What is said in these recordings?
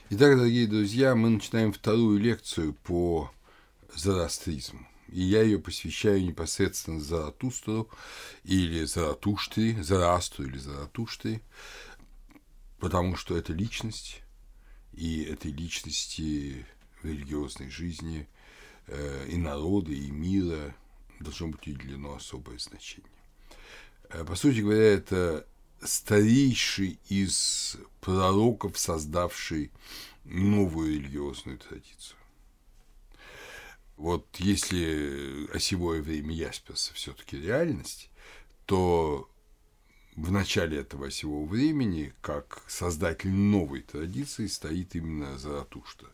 Итак, дорогие друзья, мы начинаем вторую лекцию по зороастризму. И я ее посвящаю непосредственно Заратустру или Заратуштре, Зороастру или Заратуштре, потому что это личность, и этой личности в религиозной жизни и народа, и мира должно быть уделено особое значение. По сути говоря, это старейший из пророков, создавший новую религиозную традицию. Вот если осевое время Ясперса все-таки реальность, то в начале этого осевого времени, как создатель новой традиции, стоит именно Заратуштра.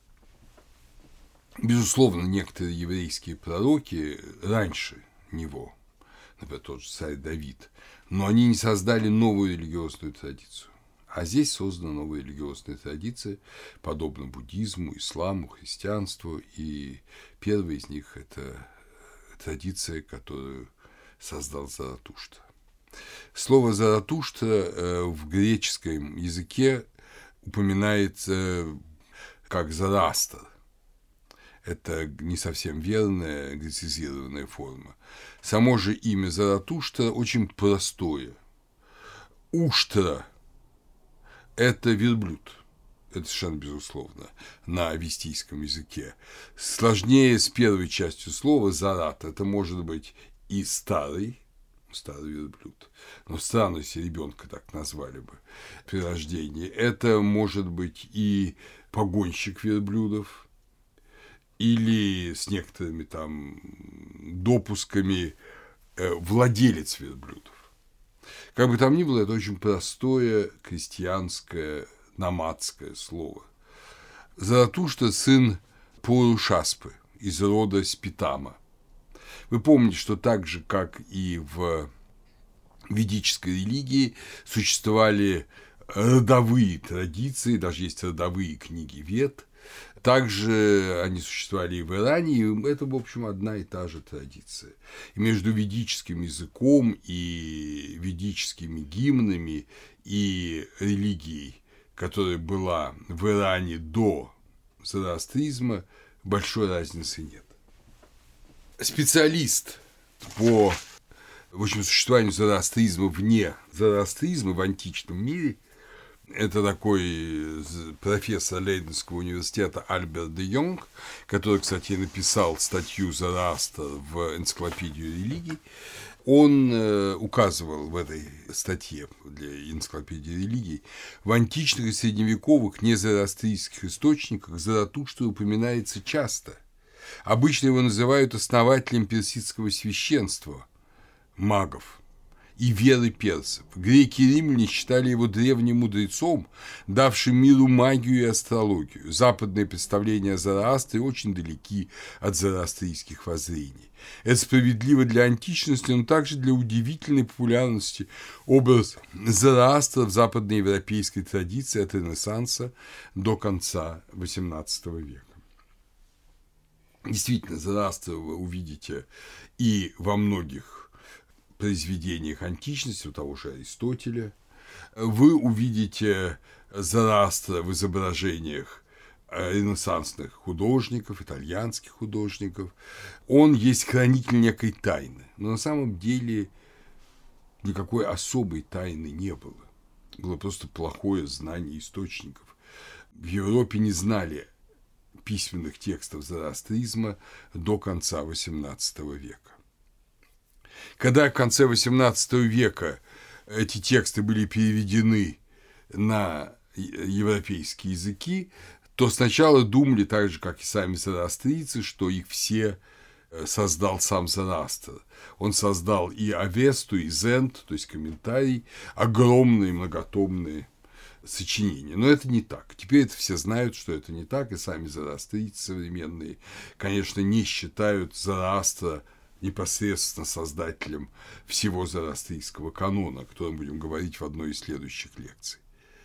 Безусловно, некоторые еврейские пророки раньше него, например, тот же царь Давид, но они не создали новую религиозную традицию. А здесь создана новая религиозная традиция, подобно буддизму, исламу, христианству. И первая из них – это традиция, которую создал Заратуштра. Слово «Заратуштра» в греческом языке упоминается как «Зороастр». Это не совсем верная грецизированная форма. Само же имя Заратуштра очень простое. Уштра – это верблюд. Это совершенно безусловно на авестийском языке. Сложнее с первой частью слова «зарат». Это может быть и старый верблюд. Но странно, если ребенка так назвали бы при рождении. Это может быть и погонщик верблюдов, или с некоторыми там допусками владелец верблюдов. Как бы там ни было, это очень простое крестьянское, номадское слово. Заратуштра – сын Пурушаспы из рода Спитама. Вы помните, что так же, как и в ведической религии, существовали родовые традиции, даже есть родовые книги Вед. Также они существовали и в Иране, и это, в общем, одна и та же традиция. И между ведическим языком и ведическими гимнами и религией, которая была в Иране до зороастризма, большой разницы нет. Специалист по, в общем, существованию зороастризма вне зороастризма в античном мире – это такой профессор Лейденского университета Альберт де Йонг, который, кстати, написал статью Зороастр в энциклопедию религий. Он указывал в этой статье для энциклопедии религий: в античных и средневековых незороастрийских источниках Заратуштра упоминается часто. Обычно его называют основателем персидского священства, магов и веры персов. Греки и римляне считали его древним мудрецом, давшим миру магию и астрологию. Западные представления о Зороастре очень далеки от зороастрийских воззрений. Это справедливо для античности, но также для удивительной популярности образ Зороастра в западноевропейской традиции от Ренессанса до конца XVIII века. Действительно, Зороастра вы увидите и во многих произведениях античности, у того же Аристотеля. Вы увидите Зороастра в изображениях ренессансных художников, итальянских художников. Он есть хранитель некой тайны, но на самом деле никакой особой тайны не было. Было просто плохое знание источников. В Европе не знали письменных текстов зороастризма до конца XVIII века. Когда в конце XVIII века эти тексты были переведены на европейские языки, то сначала думали, так же, как и сами зороастрийцы, что их все создал сам Зороастр. Он создал и Авесту, и Зент, то есть комментарий, огромные многотомные сочинения. Но это не так. Теперь это все знают, что это не так, и сами зороастрийцы современные, конечно, не считают Зороастра непосредственно создателем всего зороастрийского канона, о котором будем говорить в одной из следующих лекций.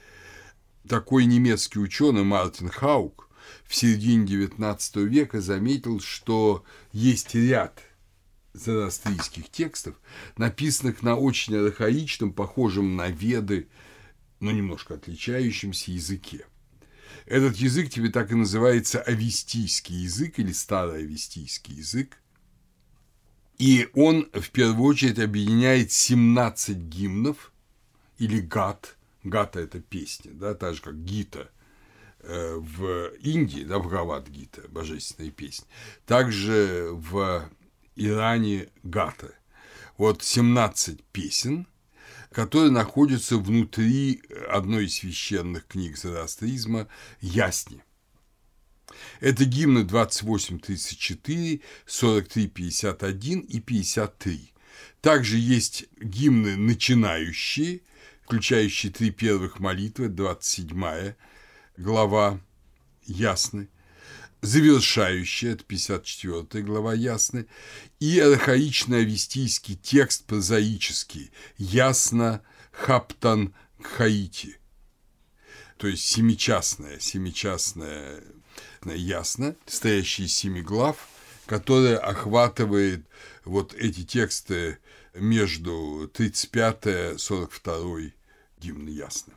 Такой немецкий ученый Мартин Хаук в середине XIX века заметил, что есть ряд зороастрийских текстов, написанных на очень архаичном, похожем на Веды, но немножко отличающемся языке. Этот язык тебе так и называется авестийский язык или староавестийский язык. И он, в первую очередь, объединяет 17 гимнов или гат. Гата – это песня, да, так же, как гита в Индии, да, Бхагавад-гита, божественная песня. Также в Иране гата. Вот 17 песен, которые находятся внутри одной из священных книг зороастризма «Ясни». Это гимны 28-34, 43-51 и 53. Также есть гимны начинающие, включающие 3 первых молитвы, 27 глава Ясны, завершающая, это 54 глава Ясны, и архаичный авестийский текст прозаический Ясна Хаптан Кхаити, то есть семичастная Ясна, состоящая из 7 глав, которая охватывает вот эти тексты между 35 и 42 гимн Ясны.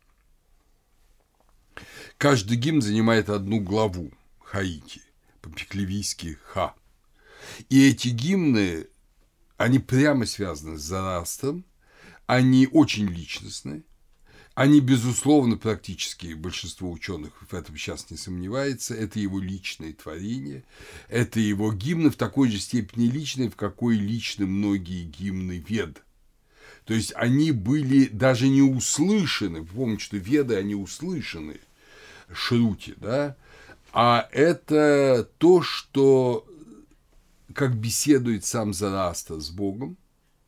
Каждый гимн занимает одну главу Хаити, по-пеклевийски Ха. И эти гимны, они прямо связаны с Зороастром, они очень личностны, они, безусловно, практически большинство ученых в этом сейчас не сомневается, это его личное творение, это его гимны в такой же степени личные, в какой личны многие гимны Вед. То есть они были даже не услышаны, помните, что Веды, они услышаны, Шрути, да, а это то, что как беседует сам Зороастр с Богом,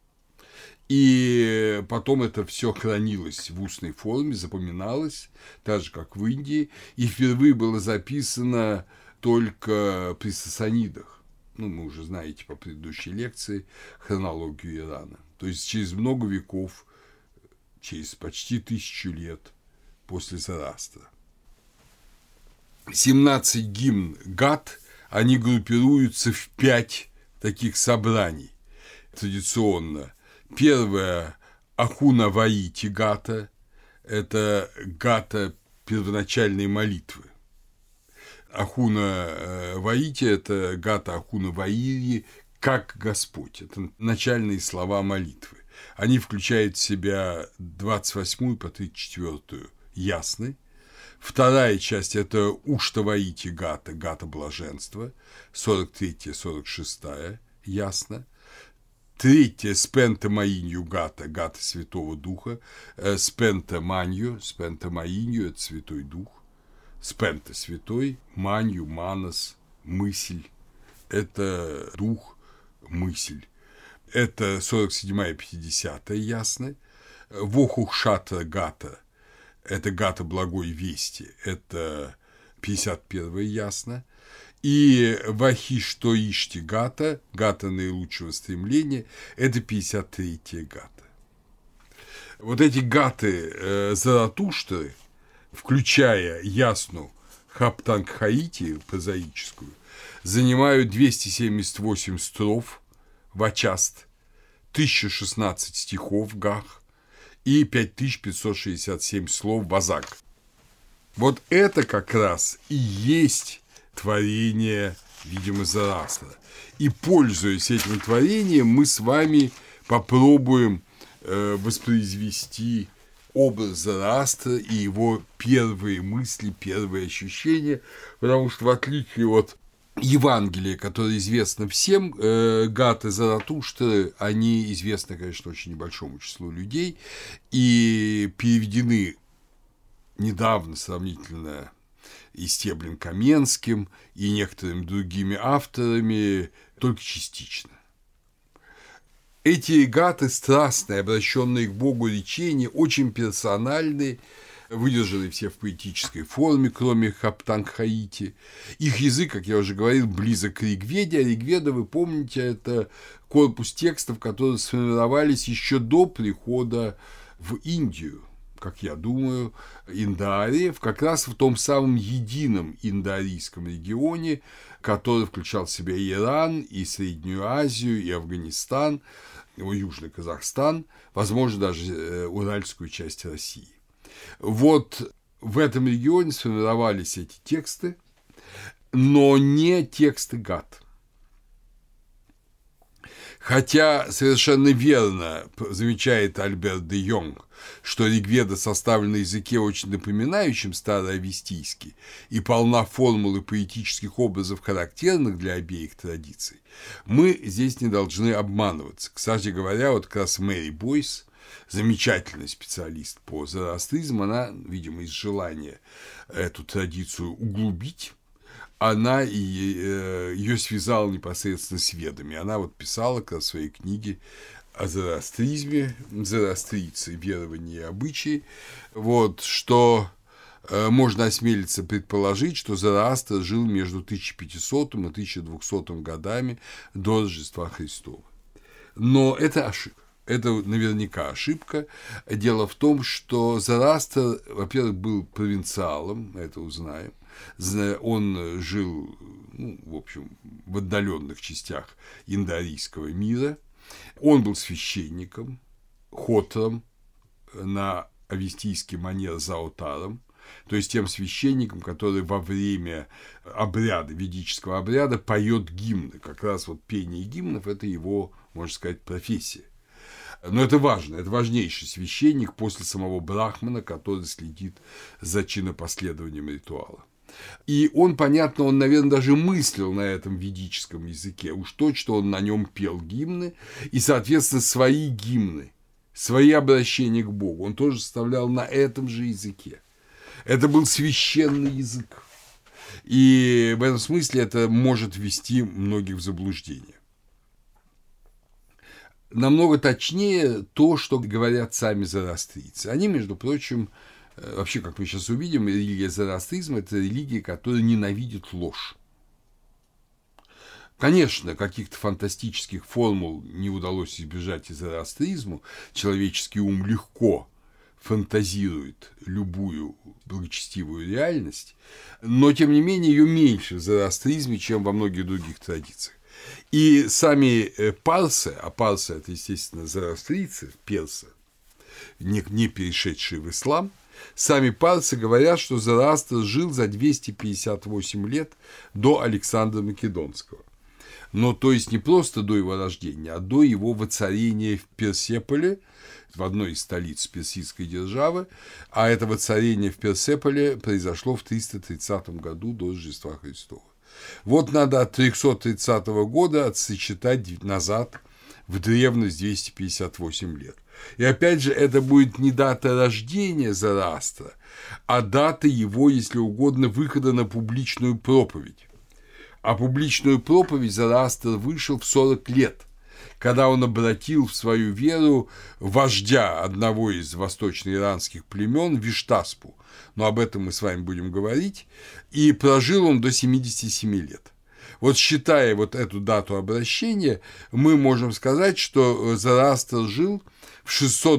и потом это все хранилось в устной форме, запоминалось, так же, как в Индии, и впервые было записано только при сасанидах. Ну, мы уже знаете по предыдущей лекции хронологию Ирана. То есть через много веков, через почти 1000 лет после Зороастра. 17 гимн Гат, они группируются в 5 таких собраний традиционно. Первое – Ахуна Ваити Гата, это Гата первоначальной молитвы. Ахуна Ваити – это Гата Ахуна Ваири, как Господь, это начальные слова молитвы. Они включают в себя 28 по 34 Ясны. Вторая часть – это Уштаваити Гата, Гата блаженства, 43-46 Ясна. Третья – Спента Маинью Гата, Гата Святого Духа, Спента Манью, это Святой Дух, Спента – Святой, Манью, Манас, мысль, это Дух, мысль. Это 47-50 Ясны. Вохухшата Гата, это Гата Благой Вести, это 51 Ясна. И Вахиштоишти Гата, Гата наилучшего стремления, это 53-я Гата. Вот эти гаты Заратуштры, включая Ясну Хаптангхаити, прозаическую, занимают 278 строф Вачаст, 1016 стихов Гах и 5567 слов Вазак. Вот это как раз и есть творение, видимо, Зороастра. И, пользуясь этим творением, мы с вами попробуем воспроизвести образ Зороастра и его первые мысли, первые ощущения, потому что, в отличие от Евангелия, которое известно всем, Гаты Заратуштры, они известны, конечно, очень небольшому числу людей и переведены недавно сравнительно и Стеблем Каменским, и некоторыми другими авторами, только частично. Эти гаты страстные, обращенные к Богу речения, очень персональные, выдержаны все в поэтической форме, кроме Хаптангхаити. Их язык, как я уже говорил, близок к Ригведе, а Ригведа, вы помните, это корпус текстов, которые сформировались еще до прихода в Индию, как я думаю, индоариев, как раз в том самом едином индоарийском регионе, который включал в себя и Иран, и Среднюю Азию, и Афганистан, и Южный Казахстан, возможно, даже уральскую часть России. Вот в этом регионе сформировались эти тексты, но не тексты Гат. Хотя совершенно верно замечает Альберт де Йонг, что Ригведа составлена на языке, очень напоминающем староавестийский, и полна формул и поэтических образов, характерных для обеих традиций, мы здесь не должны обманываться. Кстати говоря, вот как раз Мэри Бойс, замечательный специалист по зороастризму, она, видимо, из желания эту традицию углубить, она ее связала непосредственно с ведами. Она вот писала как раз в своей книге о зороастризме, зороастрийцы, верования и обычаи, вот, что можно осмелиться предположить, что Зороастр жил между 1500 и 1200 годами до Рождества Христова. Но это ошибка. Это наверняка ошибка. Дело в том, что Зороастр, во-первых, был провинциалом, это узнаем. Он жил, в общем, в отдаленных частях индоарийского мира. Он был священником, хотром, на авестийский манер заутаром, то есть тем священником, который во время обряда, ведического обряда, поет гимны. Как раз вот пение гимнов – это его, можно сказать, профессия. Но это важно, это важнейший священник после самого брахмана, который следит за чинопоследованием ритуала. И он, понятно, он, наверное, даже мыслил на этом ведическом языке. Уж точно он на нем пел гимны, и, соответственно, свои гимны, свои обращения к Богу он тоже составлял на этом же языке. Это был священный язык. И в этом смысле это может ввести многих в заблуждение. Намного точнее то, что говорят сами зороастрийцы. Они, между прочим, вообще, как мы сейчас увидим, религия зороастризма – это религия, которая ненавидит ложь. Конечно, каких-то фантастических формул не удалось избежать и зороастризму. Человеческий ум легко фантазирует любую благочестивую реальность, но, тем не менее, ее меньше в зороастризме, чем во многих других традициях. И сами парсы, а парсы – это, естественно, зороастрийцы, персы, не перешедшие в ислам, сами парсы говорят, что Зороастр жил за 258 лет до Александра Македонского. Но то есть не просто до его рождения, а до его воцарения в Персеполе, в одной из столиц персидской державы, а это воцарение в Персеполе произошло в 330 году до Рождества Христова. Вот надо от 330 года отсчитать назад в древность 258 лет. И опять же, это будет не дата рождения Зороастра, а дата его, если угодно, выхода на публичную проповедь. А публичную проповедь Зороастр вышел в 40 лет, когда он обратил в свою веру вождя одного из восточноиранских племен Виштаспу. Но об этом мы с вами будем говорить. И прожил он до 77 лет. Вот считая вот эту дату обращения, мы можем сказать, что Зороастр жил в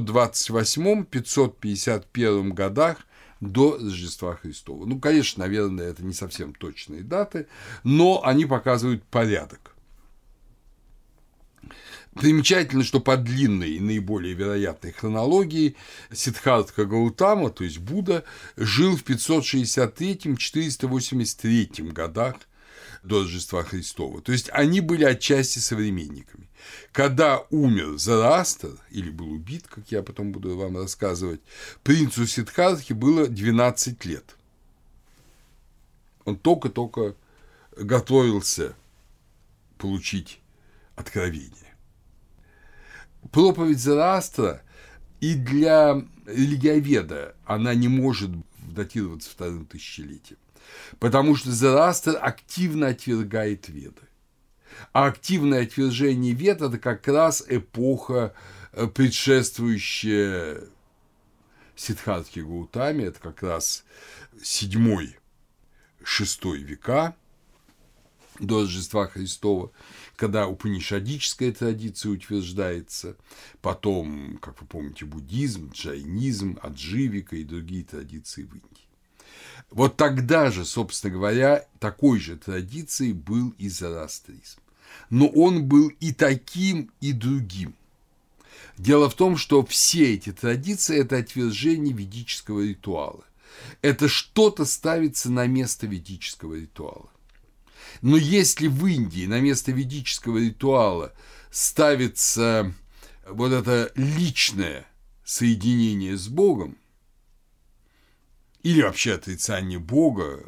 628-551 годах до Рождества Христова. Ну, конечно, наверное, это не совсем точные даты, но они показывают порядок. Примечательно, что по длинной и наиболее вероятной хронологии Сиддхартха Гаутама, то есть Будда, жил в 563-483 годах до Рождества Христова. То есть они были отчасти современниками. Когда умер Зороастр, или был убит, как я потом буду вам рассказывать, принцу Сиддхартхе было 12 лет. Он только-только готовился получить откровение. Проповедь Зороастра и для религиоведа она не может датироваться вторым тысячелетием, потому что Зороастр активно отвергает веды. А активное отвержение вед – это как раз эпоха, предшествующая Сиддхартхе Гаутаме, это как раз 7-6 века до Рождества Христова, когда упанишадическая традиция утверждается, потом, как вы помните, буддизм, джайнизм, адживика и другие традиции в Индии. Вот тогда же, собственно говоря, такой же традицией был и зороастризм. Но он был и таким, и другим. Дело в том, что все эти традиции – это отвержение ведического ритуала. это что-то ставится на место ведического ритуала. Но если в Индии на место ведического ритуала ставится вот это личное соединение с Богом, или вообще отрицание Бога,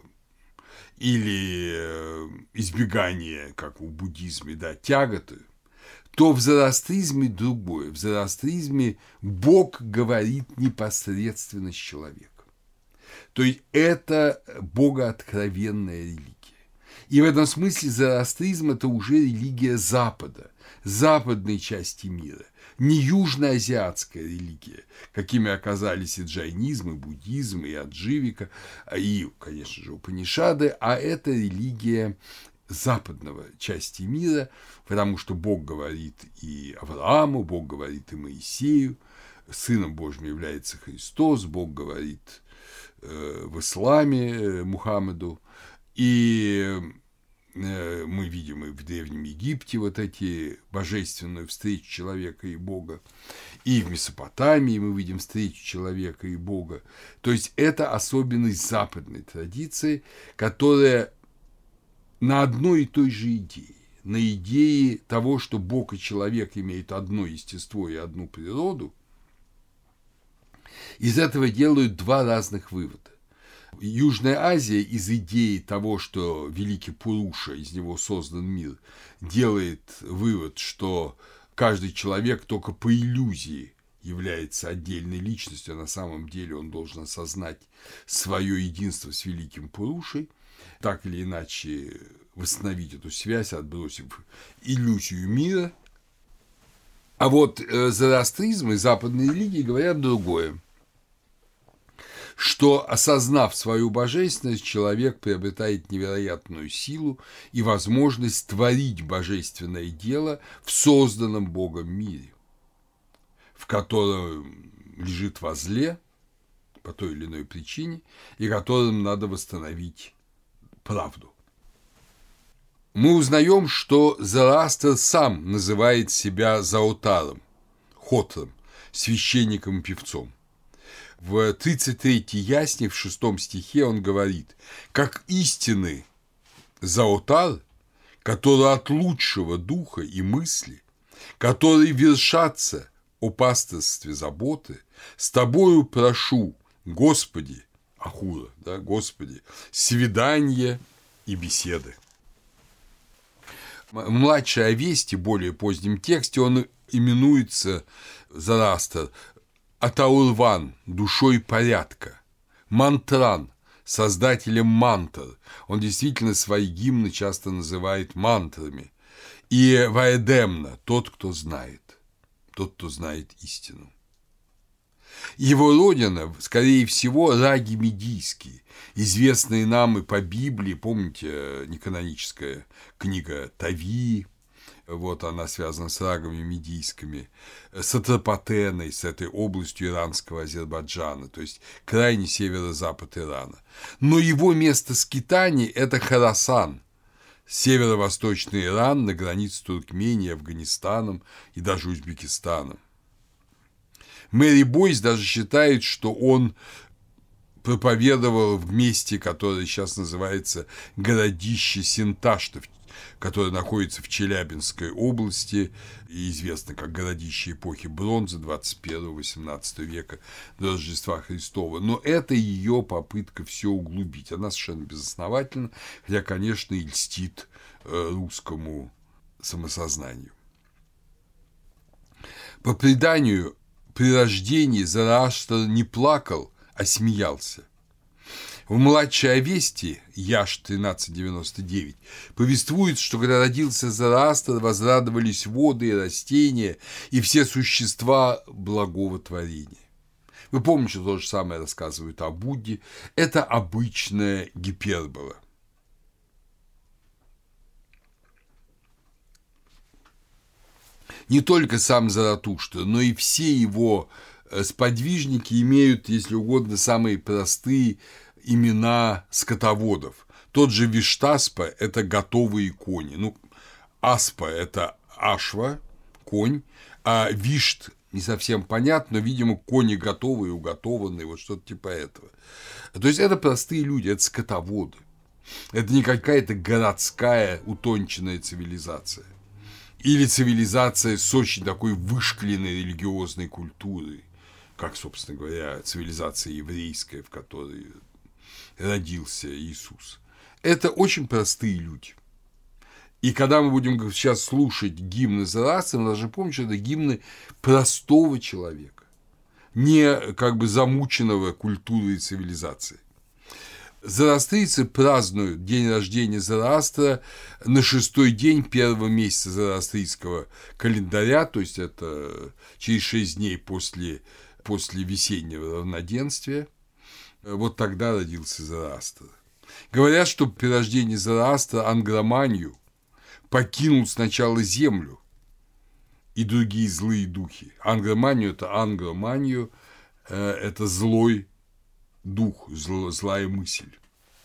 или избегание, как в буддизме, да, тяготы, то в зороастризме другое. В зороастризме Бог говорит непосредственно с человеком. То есть это богооткровенная религия. И в этом смысле зороастризм – это уже религия Запада, западной части мира, не южноазиатская религия, какими оказались и джайнизм, и буддизм, и адживика, и, конечно же, Упанишады, а это религия западного части мира, потому что Бог говорит и Аврааму, Бог говорит и Моисею, Сыном Божьим является Христос, Бог говорит в исламе Мухаммеду, и мы видим и в Древнем Египте вот эти божественную встречу человека и Бога, и в Месопотамии мы видим встречу человека и Бога. То есть это особенность западной традиции, которая на одной и той же идее, на идее того, что Бог и человек имеют одно естество и одну природу, из этого делают два разных вывода. Южная Азия из идеи того, что великий Пуруша, из него создан мир, делает вывод, что каждый человек только по иллюзии является отдельной личностью, а на самом деле он должен осознать свое единство с великим Пурушей, так или иначе восстановить эту связь, отбросив иллюзию мира. А вот зороастризм и западные религии говорят другое, что, осознав свою божественность, человек приобретает невероятную силу и возможность творить божественное дело в созданном Богом мире, в котором лежит во зле по той или иной причине, и которым надо восстановить правду. Мы узнаем, что Зороастр сам называет себя Заотаром, Хотром, священником и певцом. В 33-й ясне, в 6 стихе он говорит: «Как истинный Заотар, который от лучшего духа и мысли, который вершатся о пастырстве заботы, с тобою прошу, Господи, Ахура, да, Господи, свидания и беседы». В младшей Авесте, более позднем тексте, он именуется, Зороастр, Атаурван, душой порядка, Мантран, создателем мантр. Он действительно свои гимны часто называет мантрами. И Ваэдемна, тот, кто знает истину. Его родина, скорее всего, раги медийские, известные нам и по Библии, помните, неканоническая книга Тави, вот она связана с рагами медийскими, с Атропатеной, с этой областью иранского Азербайджана, то есть крайний северо-запад Ирана. Но его место скитаний – это Хорасан, северо-восточный Иран на границе с Туркменией, Афганистаном и даже Узбекистаном. Мэри Бойс даже считает, что он проповедовал в месте, которое сейчас называется городище Синташта, которое находится в Челябинской области и известно как городище эпохи бронзы 21-18 века до Рождества Христова. Но это ее попытка все углубить. Она совершенно безосновательна, хотя, конечно, и льстит русскому самосознанию. По преданию, при рождении Зороастр не плакал, а смеялся. В младшей Авесте, Яш 1399, повествуется, что когда родился Зороастр, возрадовались воды и растения, и все существа благого творения. Вы помните, что то же самое рассказывают о Будде. Это обычная гипербола. Не только сам Заратуштра, но и все его сподвижники имеют, если угодно, самые простые имена скотоводов. Тот же Виштаспа – это готовые кони. Ну, Аспа – это Ашва, конь, а Вишт не совсем понятно, но, видимо, кони готовые, уготованные, вот что-то типа этого. То есть это простые люди, это скотоводы. Это не какая-то городская утонченная цивилизация. Или цивилизация с очень такой вышкаленной религиозной культурой, как, собственно говоря, цивилизация еврейская, в которой родился Иисус. Это очень простые люди. И когда мы будем сейчас слушать гимны Зороастра, мы должны помнить, что это гимны простого человека, не как бы замученного культурой и цивилизацией. Зороастрийцы празднуют день рождения Зороастра на 6-й день первого месяца зороастрийского календаря, то есть это через 6 дней после весеннего равноденствия. Вот тогда родился Зороастр. Говорят, что при рождении Зороастра Ангроманию покинул сначала землю и другие злые духи. Ангроманию – это злой дух, злая мысль.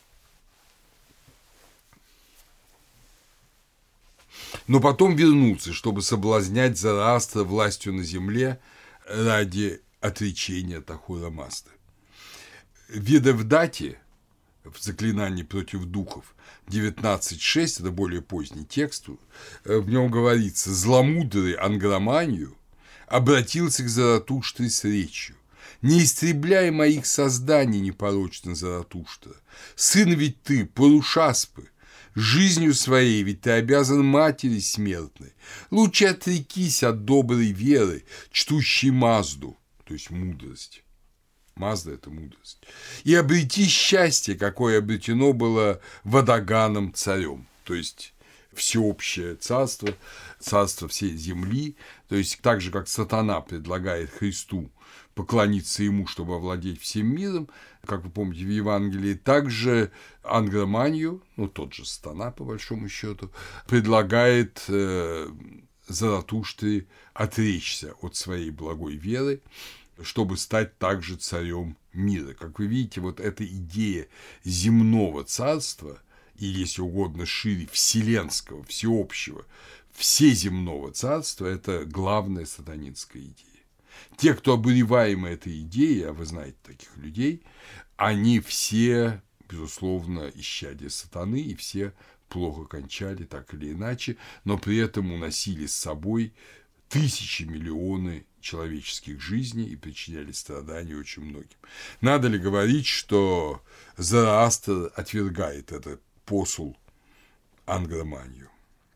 Но потом вернулся, чтобы соблазнять Зороастра властью на земле ради отречения от Ахура Мазды. В Ведавдате, в заклинании против духов, 19.6, это более поздний текст, в нем говорится: «Зломудрый Ангроманию обратился к Заратуштре с речью: не истребляй моих созданий, непорочный Заратуштра, сын ведь ты, Пурушаспы, жизнью своей ведь ты обязан матери смертной, лучше отрекись от доброй веры, чтущей Мазду», то есть мудрость. Мазда – это мудрость. «И обрети счастье, какое обретено было Вадаганом царем», то есть всеобщее царство, царство всей земли, то есть так же, как сатана предлагает Христу поклониться ему, чтобы овладеть всем миром, как вы помните в Евангелии, также Ангроманию, тот же сатана, по большому счету, предлагает Заратуштре отречься от своей благой веры, чтобы стать также царем мира. Как вы видите, вот эта идея земного царства, и, если угодно, шире, вселенского, всеобщего, всеземного царства – это главная сатанинская идея. Те, кто обуреваемы этой идеей, а вы знаете таких людей, они все, безусловно, исчадия сатаны, и все плохо кончали так или иначе, но при этом уносили с собой тысячи, миллионы человеческих жизней и причиняли страдания очень многим. Надо ли говорить, что Зороастр отвергает этот посул Ангроманию?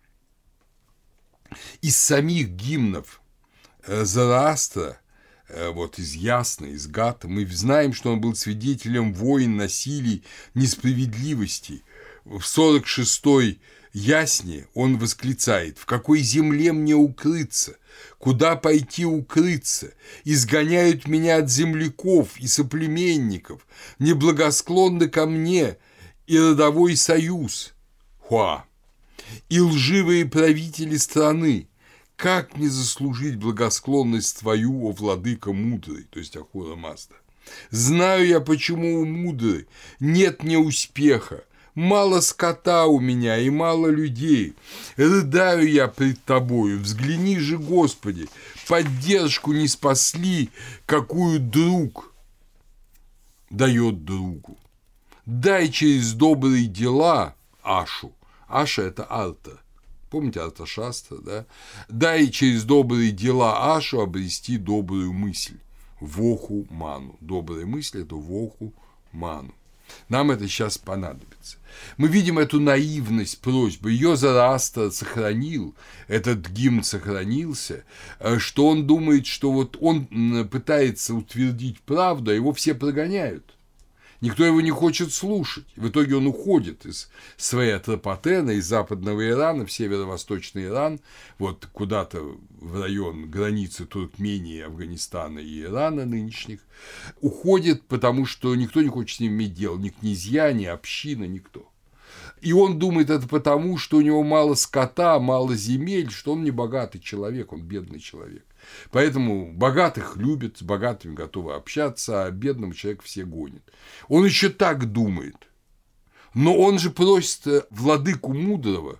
Из самих гимнов Зороастра, вот из Ясны, из Гата, мы знаем, что он был свидетелем войн, насилий, несправедливости. В 46-й Ясне он восклицает: «В какой земле мне укрыться? Куда пойти укрыться? Изгоняют меня от земляков и соплеменников, неблагосклонны ко мне и родовой союз, Хуа, и лживые правители страны. Как мне заслужить благосклонность твою, о владыка мудрый?» То есть Ахура Мазда. «Знаю я, почему у мудрый нет мне успеха. Мало скота у меня и мало людей. Рыдаю я пред тобою. Взгляни же, Господи, поддержку не спасли, какую друг дает другу. Дай через добрые дела Ашу». Аша – это Арта. Помните Арташастра, да? «Дай через добрые дела Ашу обрести добрую мысль. Воху ману». Добрая мысль – это воху ману. Нам это сейчас понадобится. Мы видим эту наивность просьбы. Ее Зороастр сохранил, этот гимн сохранился, что он думает, что вот он пытается утвердить правду, а его все прогоняют. Никто его не хочет слушать. В итоге он уходит из своей Атропатена, из западного Ирана в северо-восточный Иран, вот куда-то в район границы Туркмении, Афганистана и Ирана нынешних. Уходит, потому что никто не хочет с ним иметь дело, ни князья, ни община, никто. И он думает это потому, что у него мало скота, мало земель, что он не богатый человек, он бедный человек. Поэтому богатых любят, с богатыми готовы общаться, а бедного человека все гонят. Он еще так думает. Но он же просит владыку мудрого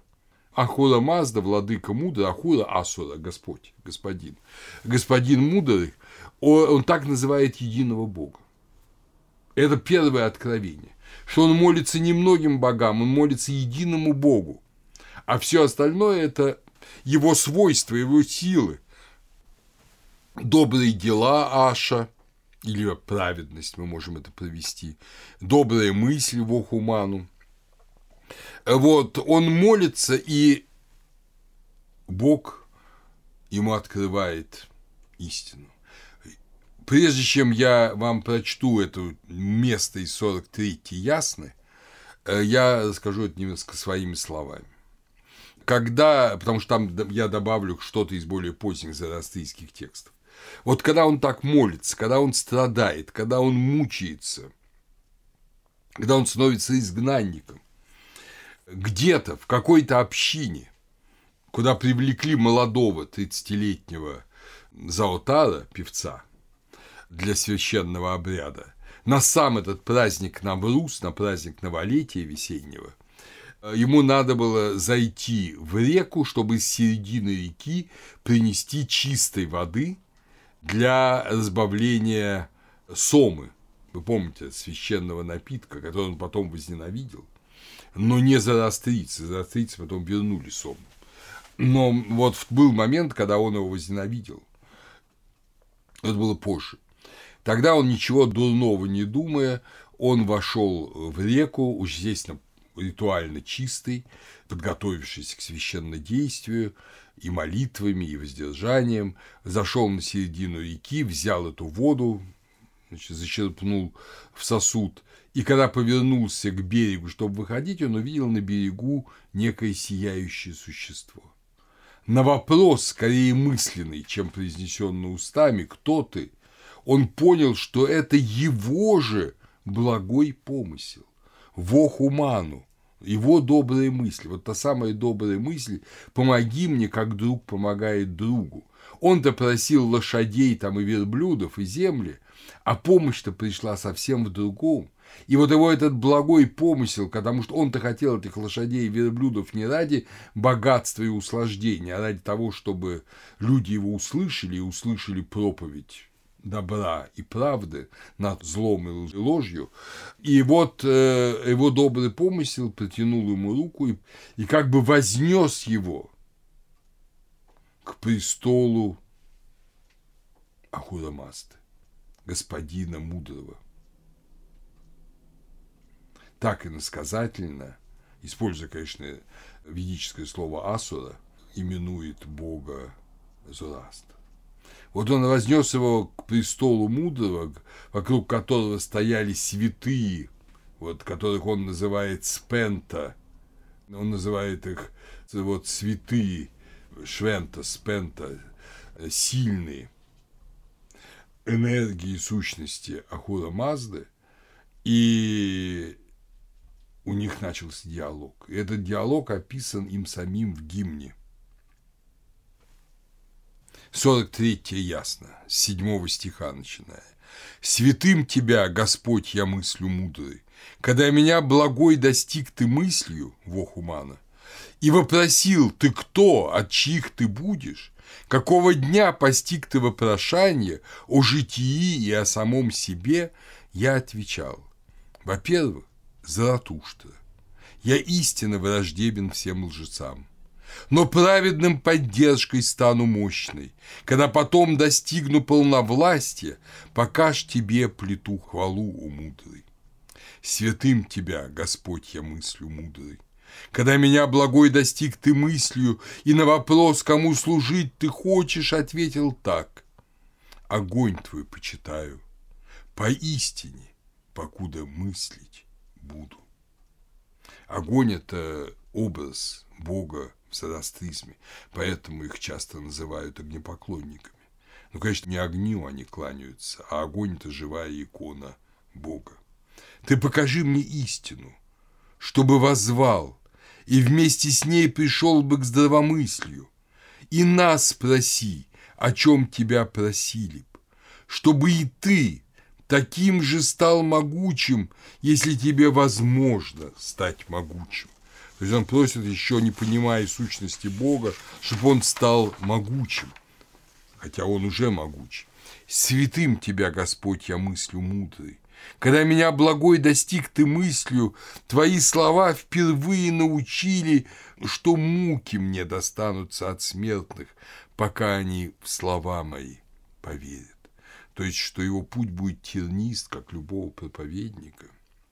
Ахура Мазда, владыка мудрый, Ахура Асура, Господь, господин. Господин мудрый, он так называет единого Бога. Это первое откровение, что он молится не многим богам, он молится единому Богу. А все остальное – это его свойства, его силы. Добрые дела Аша, или праведность, мы можем это провести, добрая мысль Вохуману. Вот, он молится, и Бог ему открывает истину. Прежде чем я вам прочту это место из 43-й Ясны, я расскажу это немножко своими словами. Потому что там я добавлю что-то из более поздних зороастрийских текстов. Вот когда он так молится, когда он страдает, когда он мучается, когда он становится изгнанником, где-то в какой-то общине, куда привлекли молодого 30-летнего Заотара, певца, для священного обряда, на сам этот праздник Навруз, на праздник новолетия весеннего, ему надо было зайти в реку, чтобы с середины реки принести чистой воды для разбавления сомы. Вы помните, священного напитка, который он потом возненавидел. Но не зороастрийцы. Зороастрийцы потом вернули сому. Но вот был момент, когда он его возненавидел. Это было позже. Тогда он, ничего дурного не думая, он вошел в реку, уж естественно, ритуально чистый, подготовившись к священнодействию и молитвами, и воздержанием, зашел на середину реки, взял эту воду, значит, зачерпнул в сосуд, и когда повернулся к берегу, чтобы выходить, он увидел на берегу некое сияющее существо. На вопрос, скорее мысленный, чем произнесенный устами, «Кто ты?», он понял, что это его же благой помысел, Вохуману, его добрые мысли. Вот та самая добрая мысль «помоги мне, как друг помогает другу». Он-то просил лошадей там и верблюдов, и земли, а помощь-то пришла совсем в другом. И вот его этот благой помысел, потому что он-то хотел этих лошадей и верблюдов не ради богатства и услаждения, а ради того, чтобы люди его услышали и услышали проповедь добра и правды над злом и ложью. И вот его добрый помысел протянул ему руку и как бы вознес его к престолу Ахура Мазды, господина мудрого. Так иносказательно, используя, конечно, ведическое слово Асура, именует Бога Зороастр. Вот он вознес его к престолу мудрого, вокруг которого стояли святые, вот, которых он называет спента, он называет их вот, святые, швента, спента, сильные энергии и сущности Ахура Мазды, и у них начался диалог. И этот диалог описан им самим в гимне. 43-я Ясна, с 7 стиха начиная. «Святым тебя, Господь, я мыслю мудрый, когда меня благой достиг ты мыслью, Вохумана, и вопросил ты кто, от чьих ты будешь, какого дня постиг ты вопрошание о житии и о самом себе, я отвечал: во-первых, Заратуштра, я истинно враждебен всем лжецам, но праведным поддержкой стану мощной, когда потом достигну полновластия, пока ж тебе плету хвалу, о мудрый. Святым тебя, Господь, я мыслю мудрый, когда меня благой достиг ты мыслью, и на вопрос, кому служить ты хочешь, ответил так: огонь твой почитаю, поистине, покуда мыслить буду. Огонь – это образ Бога в зороастризме, поэтому их часто называют огнепоклонниками. Ну, конечно, не огню они кланяются, а огонь – это живая икона Бога. Ты покажи мне истину, чтобы воззвал, и вместе с ней пришел бы к здравомыслию, и нас спроси, о чем тебя просили б, чтобы и ты таким же стал могучим, если тебе возможно стать могучим. То есть он просит, еще не понимая сущности Бога, чтобы он стал могучим, хотя он уже могуч. «Святым тебя, Господь, я мыслю мудрый. Когда меня благой достиг ты мыслью, твои слова впервые научили, что муки мне достанутся от смертных, пока они в слова мои поверят». То есть, что его путь будет тернист, как любого проповедника.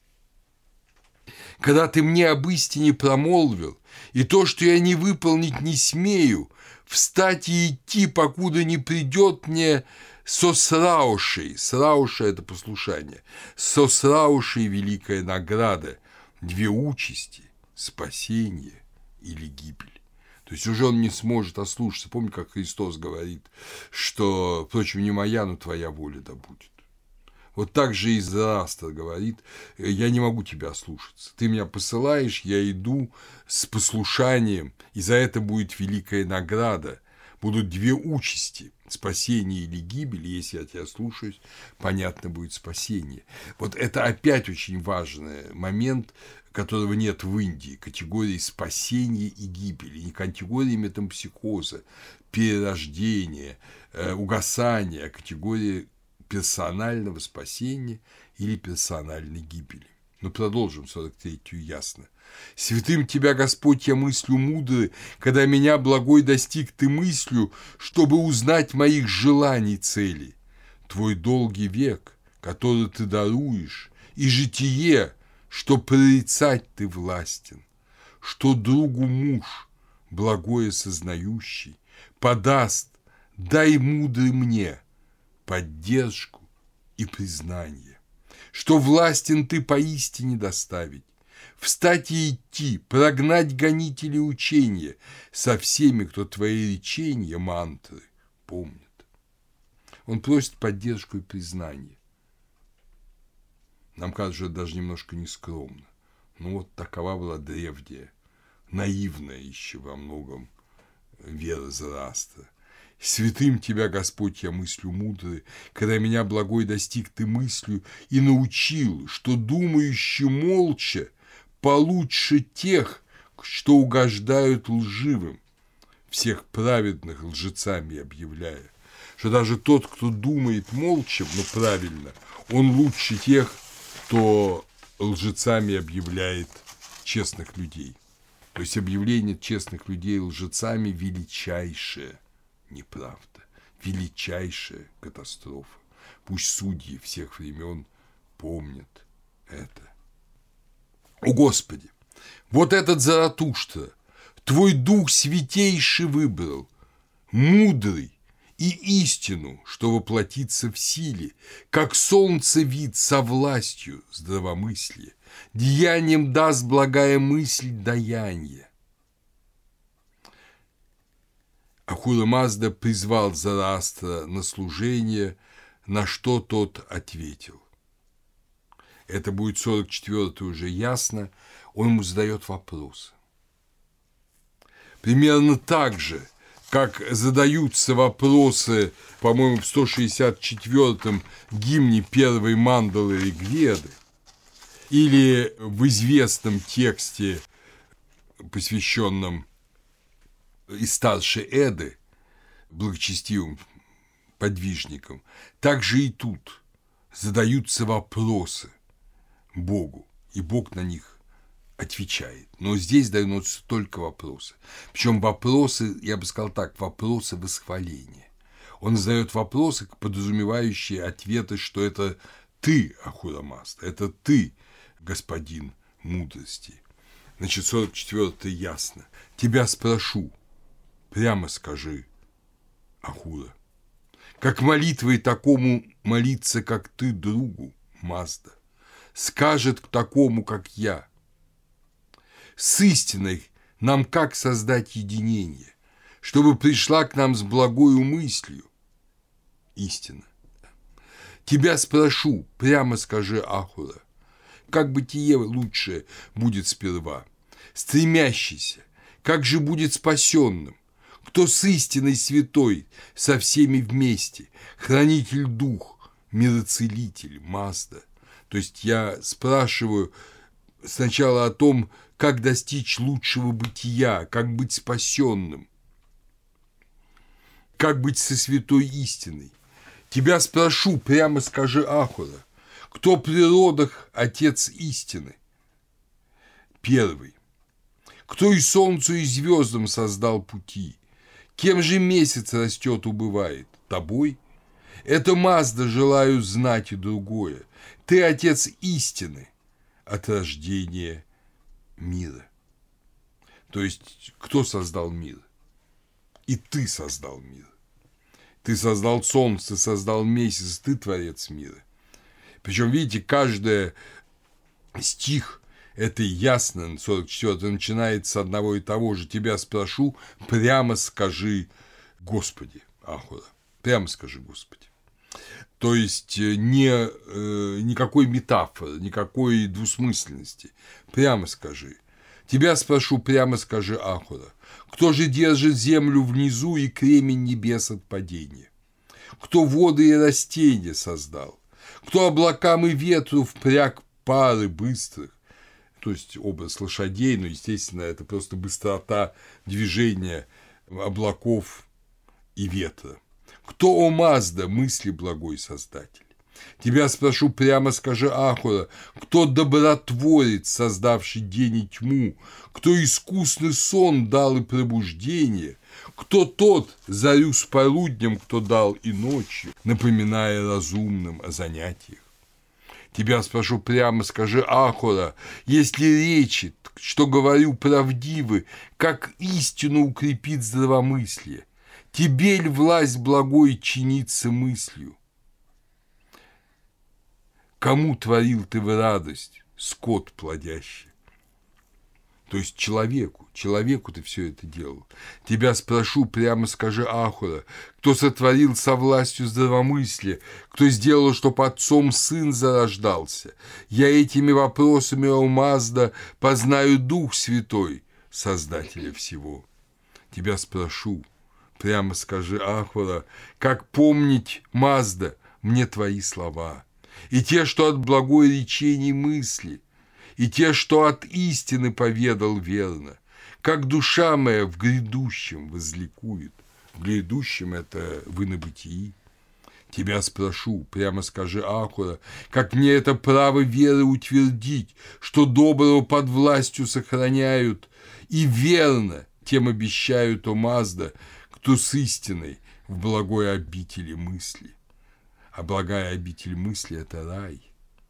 «Когда ты мне об истине промолвил, и то, что я не выполнить не смею, встать и идти, покуда не придет мне сосраушей». Срауша – это послушание. Сосраушей – великая награда, две участи – спасение или гибель. То есть уже он не сможет ослушаться. Помните, как Христос говорит, что, впрочем, не моя, но твоя воля да будет. Вот так же и Зороастр говорит: я не могу тебя ослушаться. Ты меня посылаешь, я иду с послушанием, и за это будет великая награда. Будут две участи – спасение или гибель. Если я тебя слушаюсь, понятно, будет спасение. Вот это опять очень важный момент, которого нет в Индии, категории спасения и гибели, не категории метампсихоза, перерождения, угасания, а категории персонального спасения или персональной гибели. Но продолжим 43-ю ясно. «Святым тебя, Господь, я мыслю мудрый, когда меня благой достиг ты мыслью, чтобы узнать моих желаний цели. Твой долгий век, который ты даруешь, и житие, что прорицать ты властен, что другу муж, благое сознающий, подаст, дай мудрый мне поддержку и признание, что властен ты поистине доставить, встать и идти, прогнать гонителей учения со всеми, кто твои речения, мантры помнит». Он просит поддержку и признание. Нам кажется, что это даже немножко нескромно. Но вот такова была древняя, наивная еще во многом вера Зороастра. «Святым тебя, Господь, я мыслю мудрый, когда меня благой достиг ты мыслью и научил, что думающий молча получше тех, что угождают лживым, всех праведных лжецами объявляя, что даже тот, кто думает молча, но правильно, он лучше тех, кто лжецами объявляет честных людей». То есть объявление честных людей лжецами – величайшая неправда, величайшая катастрофа. Пусть судьи всех времен помнят это. О Господи, вот этот Заратуштра, Твой дух святейший выбрал, мудрый, и истину, что воплотится в силе, как солнце вид со властью здравомыслия, деянием даст благая мысль даяние. Ахура Мазда призвал Зороастра на служение, на что тот ответил. Это будет 44-й уже ясно, он ему задает вопросы. Примерно так же, как задаются вопросы, по-моему, в 164-м гимне первой мандалы Ригведы или в известном тексте, посвященном и старшей Эды, благочестивым подвижникам, так же и тут задаются вопросы Богу, и Бог на них отвечает. Но здесь даются только вопросы. Причем вопросы, я бы сказал так, вопросы восхваления. Он задает вопросы, подразумевающие ответы, что это ты, Ахура Мазда, это ты, господин мудрости. Значит, 44-й ясно. Тебя спрошу, прямо скажи, Ахура, как молитвой такому молиться, как ты, другу, Мазда, скажет к такому, как я. С истиной нам как создать единение, чтобы пришла к нам с благою мыслью? Истина. Тебя спрошу, прямо скажи, Ахура, как бытие лучшее будет сперва, стремящийся, как же будет спасенным, кто с истиной святой со всеми вместе, хранитель дух, мироцелитель, Мазда. То есть я спрашиваю, сначала о том, как достичь лучшего бытия, как быть спасенным, как быть со святой истиной. Тебя спрошу, прямо скажи, Ахура, кто при родах отец истины? Первый. Кто и солнцу, и звездам создал пути? Кем же месяц растет, убывает? Тобой? Это Мазда желаю знать и другое. Ты отец истины от рождения мира. То есть, кто создал мир? И ты создал мир. Ты создал солнце, создал месяц, ты творец мира. Причем, видите, каждый стих, это ясно, 44 начинается с одного и того же. Тебя спрошу, прямо скажи, Господи, Ахура, прямо скажи, Господи. То есть, никакой метафоры, никакой двусмысленности. Прямо скажи. Тебя спрошу, прямо скажи, Ахура, кто же держит землю внизу и кремень небес от падения? Кто воды и растения создал? Кто облакам и ветру впряг пары быстрых? То есть, образ лошадей, но, естественно, это просто быстрота движения облаков и ветра. Кто, о Мазда, мысли благой Создатель? Тебя спрошу, прямо скажи, Ахура, кто добротворец, создавший день и тьму, кто искусный сон дал и пробуждение, кто тот зарю с полуднем, кто дал и ночью, напоминая разумным о занятиях? Тебя спрошу, прямо скажи, Ахура, если речи, что говорю, правдивы, как истину укрепит здравомыслие? Тебе ль власть благой чинится мыслью? Кому творил ты в радость, скот плодящий? То есть человеку ты все это делал. Тебя спрошу, прямо скажи, Ахура, кто сотворил со властью здравомыслия, кто сделал, чтоб отцом сын зарождался? Я этими вопросами, о Мазда, познаю Дух Святой, Создателя всего. Тебя спрошу, прямо скажи, Ахура, как помнить, Мазда, мне твои слова, и те, что от благой речений мысли, и те, что от истины поведал верно, как душа моя в грядущем возликует. В грядущем – это в инобытии. Тебя спрошу, прямо скажи, Ахура, как мне это право веры утвердить, что доброго под властью сохраняют, и верно тем обещают, о Мазда, кто с истиной в благой обители мысли. А благая обитель мысли – это рай.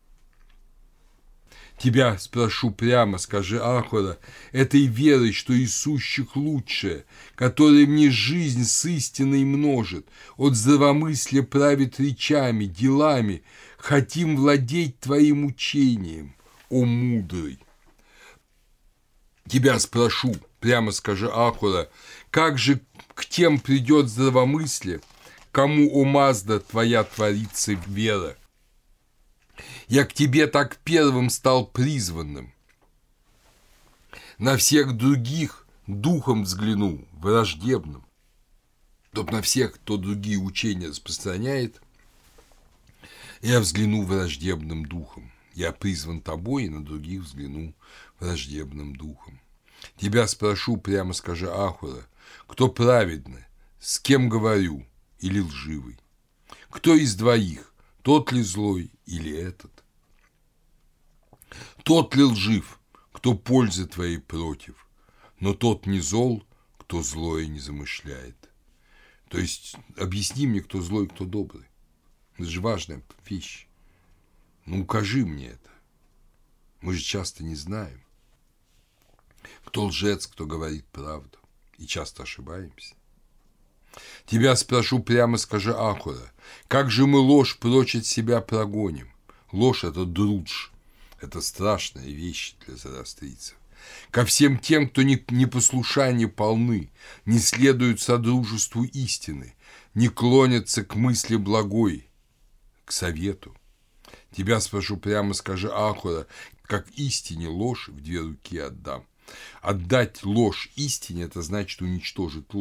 Тебя спрошу, прямо скажи, Ахура, этой верой, что из сущих лучшее, которая мне жизнь с истиной множит, от здравомыслия правит речами, делами, хотим владеть твоим учением, о мудрый. Тебя спрошу, прямо скажи, Ахура, как же к тем придет здравомыслие, кому, о Мазда, твоя творится вера? Я к тебе так первым стал призванным. На всех других духом взгляну, враждебным. Чтоб на всех, кто другие учения распространяет, я взгляну враждебным духом. Я призван тобой, и на других взгляну враждебным духом. Тебя спрошу, прямо скажи, Ахура, кто праведный, с кем говорю, или лживый? Кто из двоих, тот ли злой или этот? Тот ли лжив, кто пользы твоей против, но тот не зол, кто злое не замышляет? То есть, объясни мне, кто злой, кто добрый. Это же важная вещь. Ну, укажи мне это. Мы же часто не знаем, кто лжец, кто говорит правду. И часто ошибаемся. Тебя спрошу, прямо скажи, Ахура, как же мы ложь прочь от себя прогоним? Ложь – это друдж, это страшная вещь для зороастрийцев. Ко всем тем, кто непослушания полны, не следуют содружеству истины, не клонятся к мысли благой, к совету. Тебя спрошу, прямо скажи, Ахура, как истине ложь в две руки отдам. Отдать ложь истине – это значит уничтожить ложь.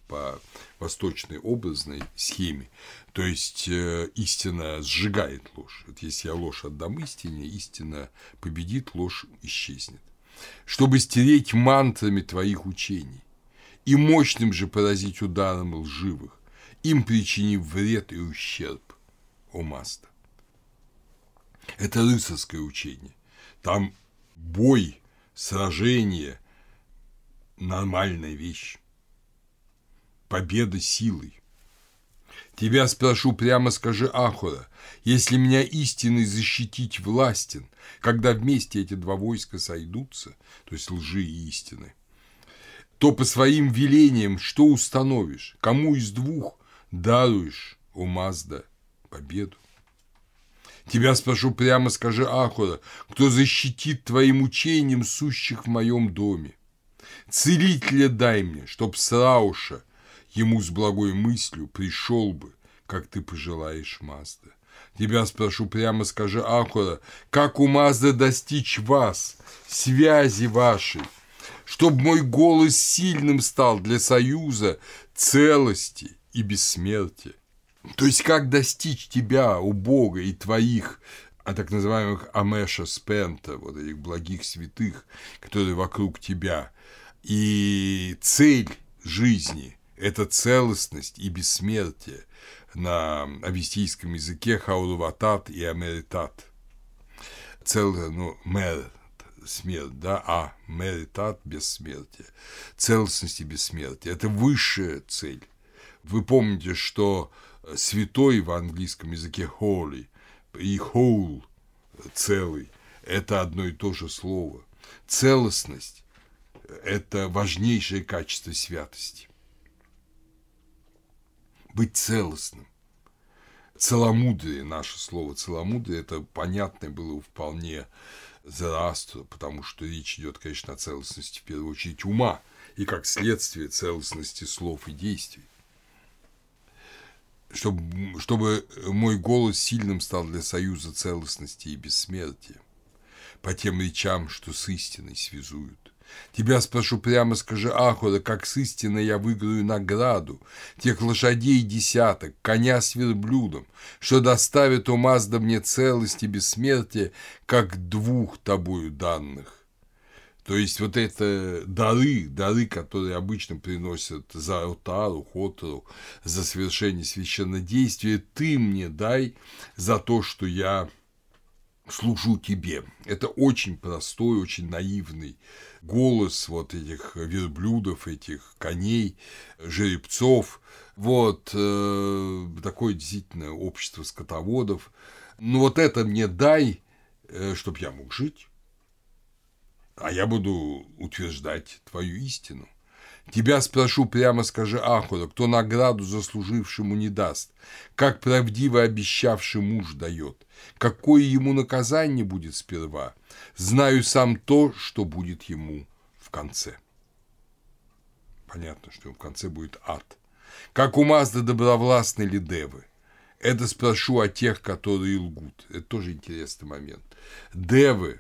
по восточной образной схеме. То есть истина сжигает ложь. Вот если я ложь отдам истине, истина победит, ложь исчезнет. Чтобы стереть мантрами твоих учений и мощным же поразить ударом лживых, им причинив вред и ущерб, о Мазда. Это рыцарское учение. Там бой, сражение – нормальная вещь. Победа силой. Тебя спрошу, прямо скажи, Ахура, если меня истиной защитить властен, когда вместе эти два войска сойдутся, то есть лжи и истины, то по своим велениям что установишь, кому из двух даруешь, о Мазда, победу? Тебя спрошу, прямо скажи, Ахура, кто защитит твоим учением сущих в моем доме? Целителя дай мне, чтоб с Рауша ему с благой мыслью пришел бы, как ты пожелаешь, Мазда. Тебя спрошу, прямо скажи, Ахура, как у Мазды достичь вас, связи вашей, чтоб мой голос сильным стал для союза, целости и бессмертия? То есть, как достичь тебя, у Бога, и твоих, так называемых Амеша Спента, вот этих благих святых, которые вокруг тебя. И цель жизни – это целостность и бессмертие. На авестийском языке хауруватат и америтат. Мер – смерть, да, а меритат – бессмертие. Целостность и бессмертие – это высшая цель. Вы помните, что святой в английском языке holy и whole – целый – это одно и то же слово. Целостность – это важнейшее качество святости. Быть целостным. Целомудрие, наше слово целомудрие, это понятное было вполне Зороастру, потому что речь идет, конечно, о целостности в первую очередь ума и, как следствие, целостности слов и действий. Чтобы мой голос сильным стал для союза целостности и бессмертия, по тем речам, что с истиной связуют. Тебя спрошу, прямо скажи, Ахура, как с истиной я выиграю награду, тех лошадей десяток, коня с верблюдом, что доставит, о Мазда, мне целость и бессмертие, как двух тобою данных. То есть, вот это дары, которые обычно приносят за Отару, Хотору, за совершение священнодействия, ты мне дай за то, что я служу тебе. Это очень простой, очень наивный голос вот этих верблюдов, этих коней, жеребцов. Вот такое действительно общество скотоводов. Но вот это мне дай, чтобы я мог жить. А я буду утверждать твою истину. Тебя спрошу, прямо скажи, Ахура, кто награду заслужившему не даст, как правдиво обещавший муж дает, какое ему наказание будет сперва, знаю сам то, что будет ему в конце. Понятно, что в конце будет ад. Как у Мазды добровластны ли девы? Это спрошу о тех, которые лгут. Это тоже интересный момент. Девы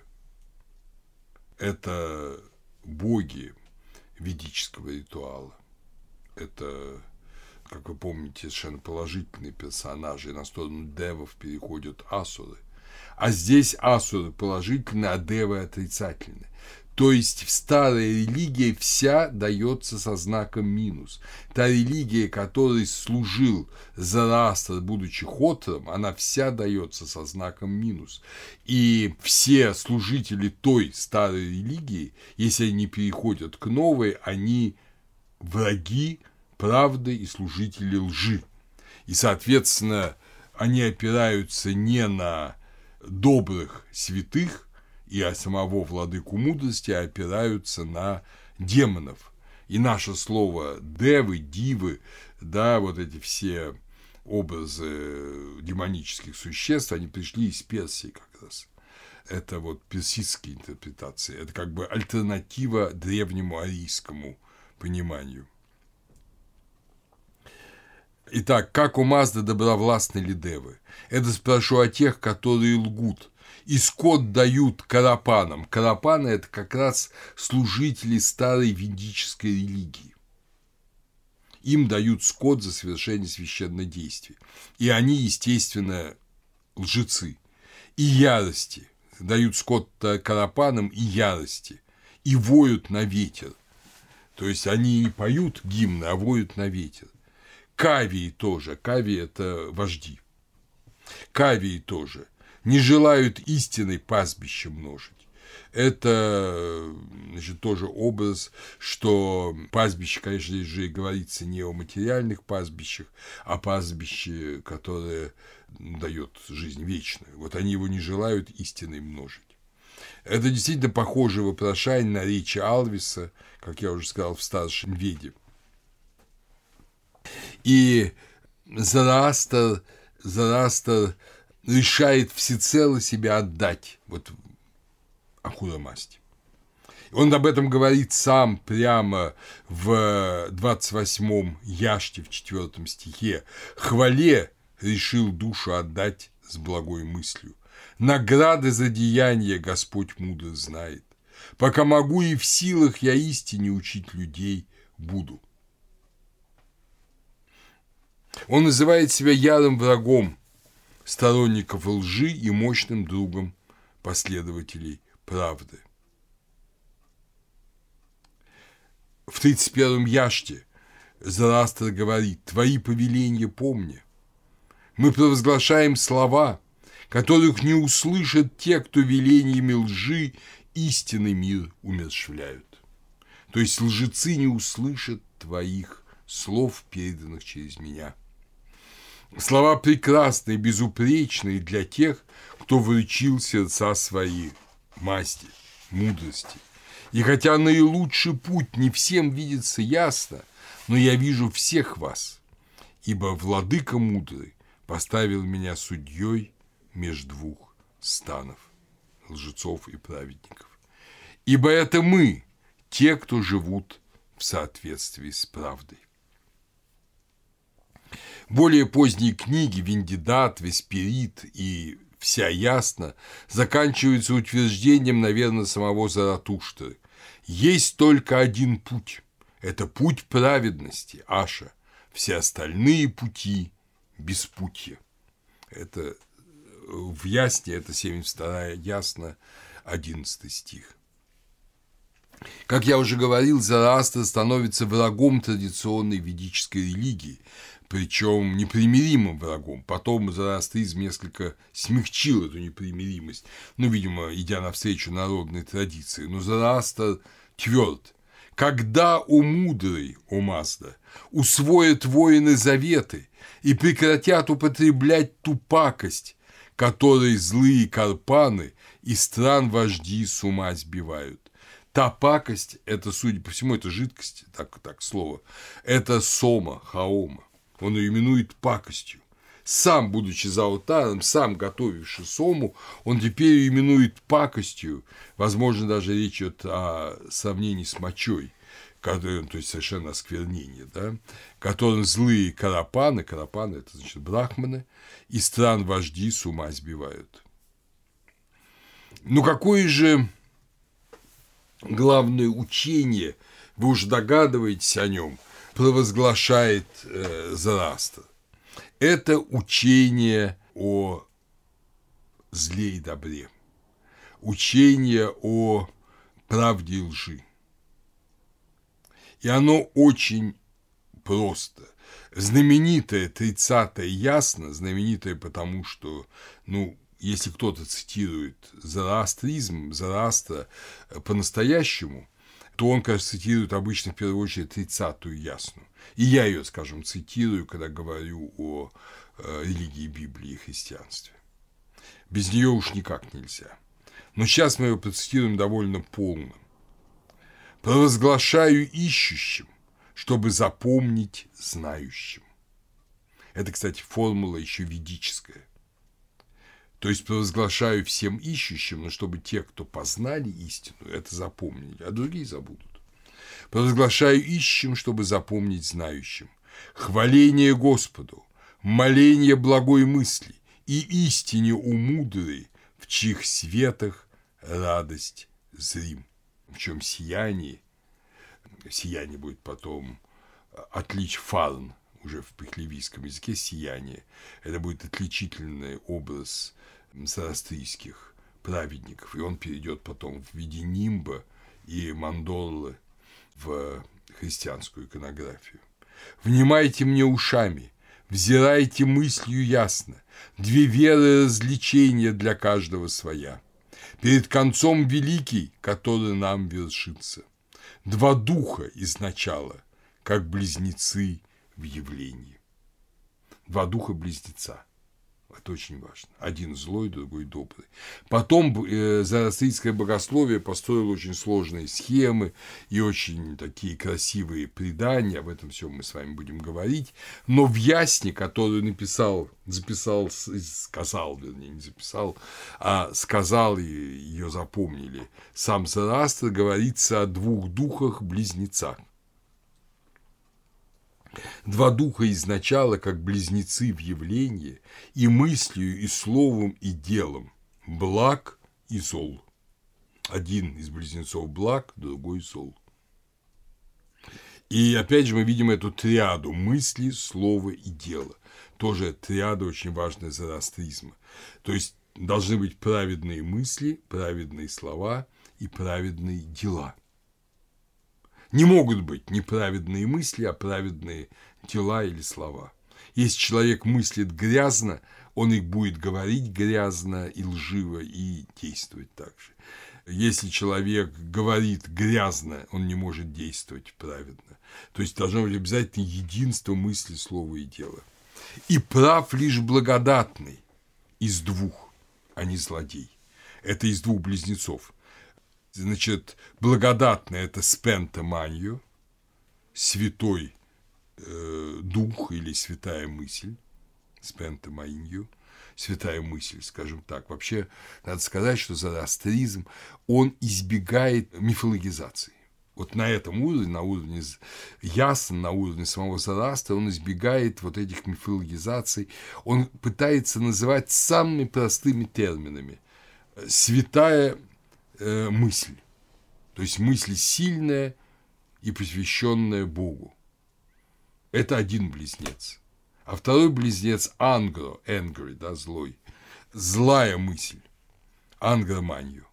– это боги ведического ритуала. Это, как вы помните, совершенно положительные персонажи. На сторону девов переходят асуры. А здесь асуры положительные, а девы отрицательные. То есть старая религия вся дается со знаком минус. Та религия, которой служил Зороастр, будучи Хотором, она вся дается со знаком минус. И все служители той старой религии, если они переходят к новой, они враги правды и служители лжи. И, соответственно, они опираются не на добрых святых, и самого владыку мудрости, опираются на демонов. И наше слово девы, дивы, да, вот эти все образы демонических существ, они пришли из Персии как раз. Это вот персидские интерпретации. Это как бы альтернатива древнему арийскому пониманию. Итак, как у Мазды добровластны ли девы? Это спрошу о тех, которые лгут. И скот дают карапанам. Карапаны – это как раз служители старой ведической религии. им дают скот за совершение священных действий. И они, естественно, лжецы. И ярости. Дают скот карапанам и ярости. И воют на ветер. То есть они не поют гимны, а воют на ветер. Кавии тоже. Кавии – это вожди. Кавии тоже. Не желают истинной пастбища множить. Это, значит, тоже образ, что пастбище, конечно, здесь же и говорится не о материальных пастбищах, а пастбище, которое дает жизнь вечную. Вот они его не желают истинной множить. Это действительно похоже вопрошание на речи Алвиса, как я уже сказал, в «Старшем Веде». И Зороастр решает всецело себя отдать вот Ахура Мазде. Он об этом говорит сам прямо в 28-м яште, в 4 стихе. «Хвале решил душу отдать с благой мыслью. Награды за деяния Господь мудро знает. Пока могу и в силах я истине учить людей буду». Он называет себя ярым врагом сторонников лжи и мощным другом последователей правды. В 31-м яште Зороастр говорит: «Твои повеления помни. Мы провозглашаем слова, которых не услышат те, кто велениями лжи истинный мир умерщвляют». То есть лжецы не услышат твоих слов, переданных через меня. Слова прекрасные, безупречные для тех, кто вручил сердца свои Мазде, мудрости. И хотя наилучший путь не всем видится ясно, но я вижу всех вас, ибо владыка мудрый поставил меня судьей между двух станов, лжецов и праведников. Ибо это мы, те, кто живут в соответствии с правдой. Более поздние книги «Виндидат», «Весперид» и «Вся ясно» заканчиваются утверждением, наверное, самого Заратуштры. Есть только один путь. Это путь праведности, Аша. Все остальные пути – беспутье. Это в Ясне, это 72-я Ясна, 11 стих. Как я уже говорил, Зороастр становится врагом традиционной ведической религии, причем непримиримым врагом. Потом зороастризм несколько смягчил эту непримиримость, видимо, идя навстречу народной традиции. Но Зороастр тверд. Когда, о мудрый, о Мазда, усвоят воины заветы и прекратят употреблять ту пакость, которой злые карпаны и стран вожди с ума сбивают. Та пакость, это, судя по всему, это жидкость, так слово, это сома, хаома. Он ее именует пакостью. Сам, будучи заутаром, сам готовивший сому, он теперь ее именует пакостью. Возможно, даже речь идет о сравнении с мочой, то есть совершенно осквернение, да, которым злые карапаны, это значит брахманы, и стран вожди с ума сбивают. Какое же главное учение, вы уже догадываетесь о нем, провозглашает Зороастр? Это учение о зле и добре, учение о правде и лжи. И оно очень просто. Знаменитое 30-я Ясна, знаменитое потому, что, если кто-то цитирует зороастризм, Зороастра по-настоящему, то он, конечно, цитирует обычно, в первую очередь, 30-ю Ясну. И я ее, скажем, цитирую, когда говорю о религии Библии и христианстве. Без нее уж никак нельзя. Но сейчас мы ее процитируем довольно полно. «Провозглашаю ищущим, чтобы запомнить знающим». Это, кстати, формула еще ведическая. То есть провозглашаю всем ищущим, но чтобы те, кто познали истину, это запомнили, а другие забудут. Провозглашаю ищущим, чтобы запомнить знающим. Хваление Господу, моление благой мысли и истине у мудрой, в чьих светах радость зрим. В чем сияние будет потом фарн, уже в пехлевийском языке сияние. Это будет отличительный образ зороастрийских праведников. И он перейдет потом в виде нимба и мандолы в христианскую иконографию. «Внимайте мне ушами, взирайте мыслью ясно, две веры развлечения для каждого своя. Перед концом великий, который нам вершится, два духа из начала, как близнецы в явлении». Два духа-близнеца. Это очень важно. Один злой, другой добрый. Потом зороастрийское богословие построило очень сложные схемы и очень такие красивые предания. Об этом всем мы с вами будем говорить. Но в Ясне, которую сказал, и ее запомнили сам Зороастр, говорится о двух духах-близнецах. Два духа из начала, как близнецы в явлении, и мыслью, и словом, и делом, благ и зол. Один из близнецов благ, другой зол. И опять же мы видим эту триаду мысли, слова и дела. Тоже триада очень важная зороастризма. То есть должны быть праведные мысли, праведные слова и праведные дела. Не могут быть неправедные мысли, а праведные дела или слова. Если человек мыслит грязно, он их будет говорить грязно и лживо и действовать так же. Если человек говорит грязно, он не может действовать праведно. То есть должно быть обязательно единство мысли, слова и дела. И прав лишь благодатный из двух, а не злодей. Это из двух близнецов. Значит, благодатный – это спента манью, святой дух или святая мысль, спента манью, святая мысль, скажем так. Вообще, надо сказать, что зороастризм, он избегает мифологизации. Вот на этом уровне, на уровне Ясна, на уровне самого Зороастра, он избегает вот этих мифологизаций. Он пытается называть самыми простыми терминами. Святая мысль, то есть мысль сильная и посвященная Богу. Это один близнец. А второй близнец ангро, angry, да, злой, злая мысль, ангроманию.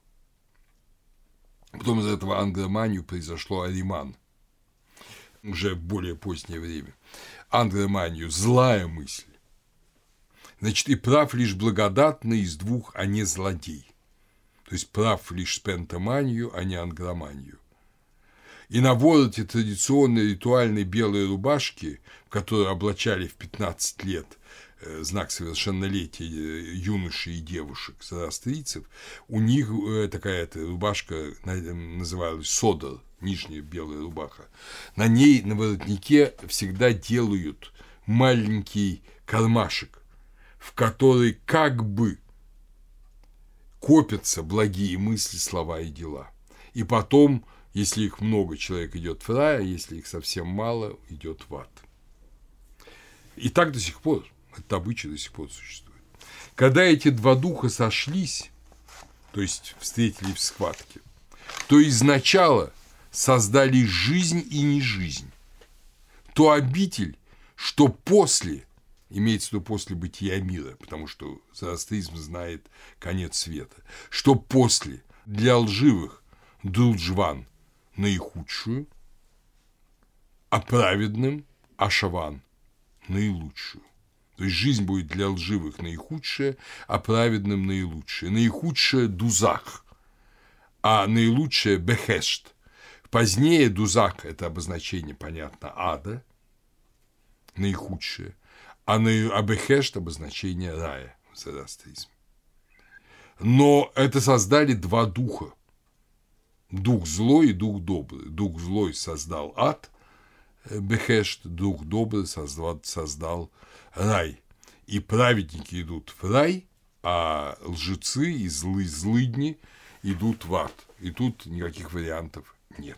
Потом из этого ангроманию произошло ариман, уже в более позднее время. Ангроманию, злая мысль. Значит, и прав лишь благодатный из двух, а не злодей. То есть прав лишь спентаманию, а не ангроманию. И на вороте традиционной ритуальной белой рубашки, в которую облачали в 15 лет знак совершеннолетия юношей и девушек зороастрийцев, у них такая рубашка называлась содор, нижняя белая рубаха. На ней, на воротнике, всегда делают маленький кармашек, в который как бы копятся благие мысли, слова и дела. И потом, если их много, человек идет в рай, а если их совсем мало, идет в ад. И так до сих пор, это обычай до сих пор существует. Когда эти два духа сошлись, то есть встретились в схватке, то изначала создали жизнь и не жизнь. То обитель, что после, имеется в виду после бытия мира, потому что зороастризм знает конец света, что после для лживых друджван наихудшую, а праведным ашаван наилучшую. То есть жизнь будет для лживых наихудшая, а праведным наилучшая. Наихудшая дузах, а наилучшая бехешт. Позднее дузах – это обозначение, понятно, ада, наихудшее, а бехешт – обозначение рая в зороастризме. Но это создали два духа. Дух злой и дух добрый. Дух злой создал ад, бехешт, дух добрый создал рай. И праведники идут в рай, а лжецы и злыдни идут в ад. И тут никаких вариантов нет.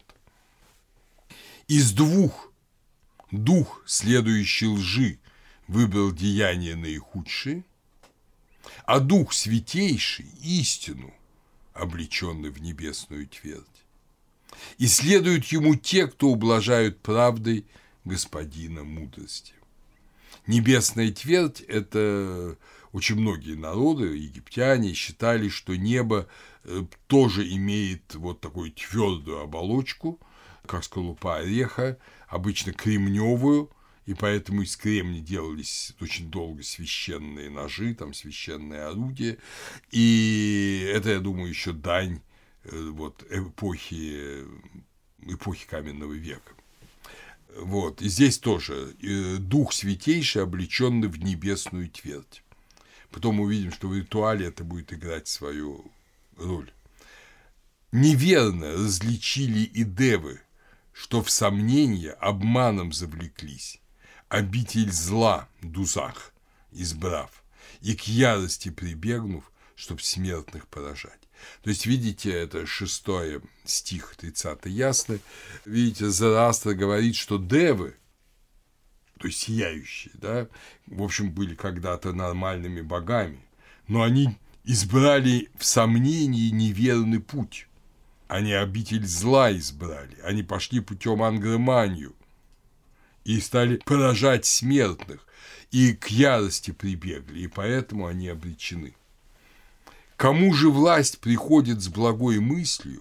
Из двух дух, следующий лжи, выбрал деяния наихудшие, а дух святейший, истину, облеченный в небесную твердь. И следуют ему те, кто ублажают правдой господина мудрости. Небесная твердь – это очень многие народы, египтяне, считали, что небо тоже имеет вот такую твердую оболочку, как скорлупа ореха, обычно кремневую, и поэтому из кремня делались очень долго священные ножи, там священные орудия, и это, я думаю, еще дань вот эпохи каменного века. Вот. И здесь тоже Дух Святейший, облеченный в небесную твердь. Потом мы увидим, что в ритуале это будет играть свою роль. Неверно различили и девы, что в сомнение обманом завлеклись, обитель зла дузах избрав, и к ярости прибегнув, чтоб смертных поражать. То есть, видите, это 6 стих, 30 ясно. Видите, Зороастр говорит, что девы, то есть сияющие, да, в общем, были когда-то нормальными богами, но они избрали в сомнении неверный путь. Они обитель зла избрали, они пошли путем ангроманию и стали поражать смертных, и к ярости прибегли, и поэтому они обречены. Кому же власть приходит с благой мыслью,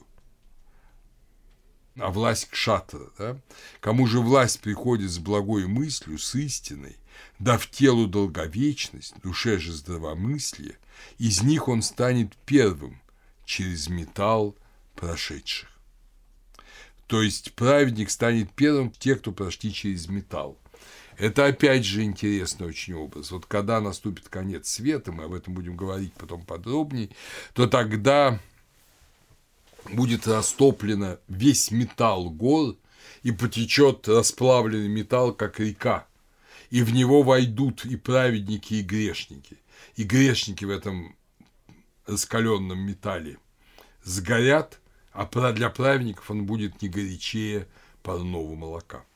а власть кшатра, да? Кому же власть приходит с благой мыслью, с истиной, да в телу долговечность, душе же здравомыслие, из них он станет первым через металл прошедших. То есть праведник станет первым те, кто прошли через металл. Это опять же интересный очень образ. Вот когда наступит конец света, мы об этом будем говорить потом подробнее, то тогда будет растоплено весь металл гор, и потечет расплавленный металл, как река, и в него войдут и праведники, и грешники. И грешники в этом раскаленном металле сгорят, а для праведников он будет не горячее парного молока.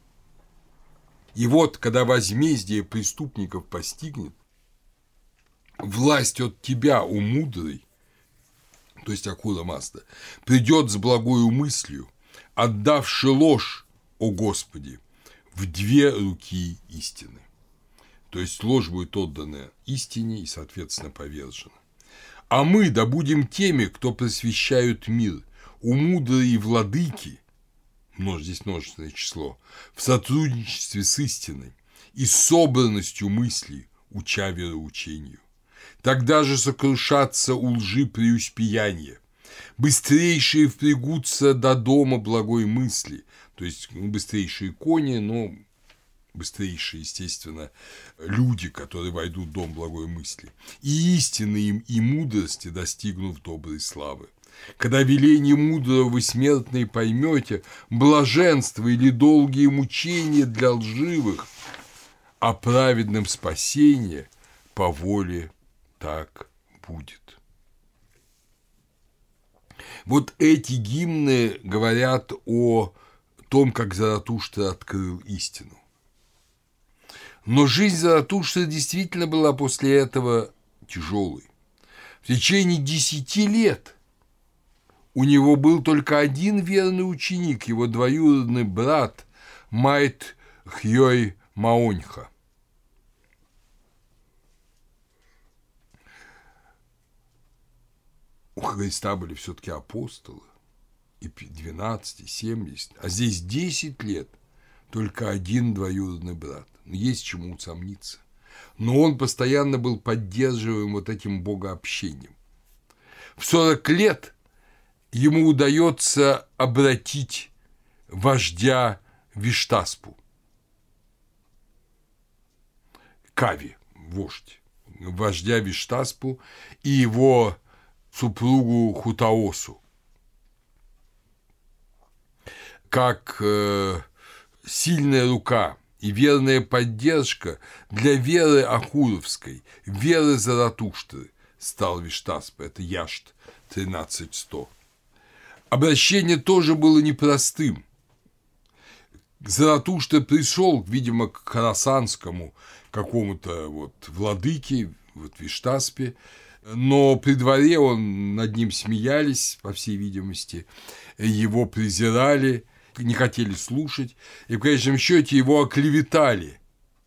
И вот, когда возмездие преступников постигнет, власть от тебя, у мудрой, то есть Ахура Мазда, придет с благою мыслью, отдавши ложь, о Господи, в 2 руки истины. То есть ложь будет отдана истине и, соответственно, повержена. А мы да будем теми, кто просвещают мир, у мудрые владыки, здесь множественное число, в сотрудничестве с истиной и с собранностью мысли, уча вероучению. Тогда же сокрушатся у лжи преуспеяния, быстрейшие впрягутся до дома благой мысли, то есть быстрейшие кони, но быстрейшие, естественно, люди, которые войдут в дом благой мысли, и истины им, и мудрости достигнув доброй славы. Когда веление мудрого вы смертные поймете, блаженство или долгие мучения для лживых, а праведным спасение по воле так будет. Вот эти гимны говорят о том, как Заратуштра открыл истину. Но жизнь Заратуштры действительно была после этого тяжелой. В течение 10 лет у него был только один верный ученик, его двоюродный брат Майт Хьой Маоньха. У Христа были все-таки апостолы, и 12, и 70, а здесь 10 лет только один двоюродный брат. Есть чему усомниться. Но он постоянно был поддерживаем вот этим богообщением. В 40 лет ему удается обратить вождя Виштаспу, Кави, вождь, вождя Виштаспу и его супругу Хутаосу, как сильная рука и верная поддержка для веры Ахуровской, веры Заратуштры стал Виштаспа, это Яшт 13.100. Обращение тоже было непростым. Заратуштра пришел, видимо, к хорасанскому какому-то вот владыке, вот Виштаспе, но при дворе над ним смеялись, по всей видимости, его презирали, не хотели слушать, и в конечном счете его оклеветали,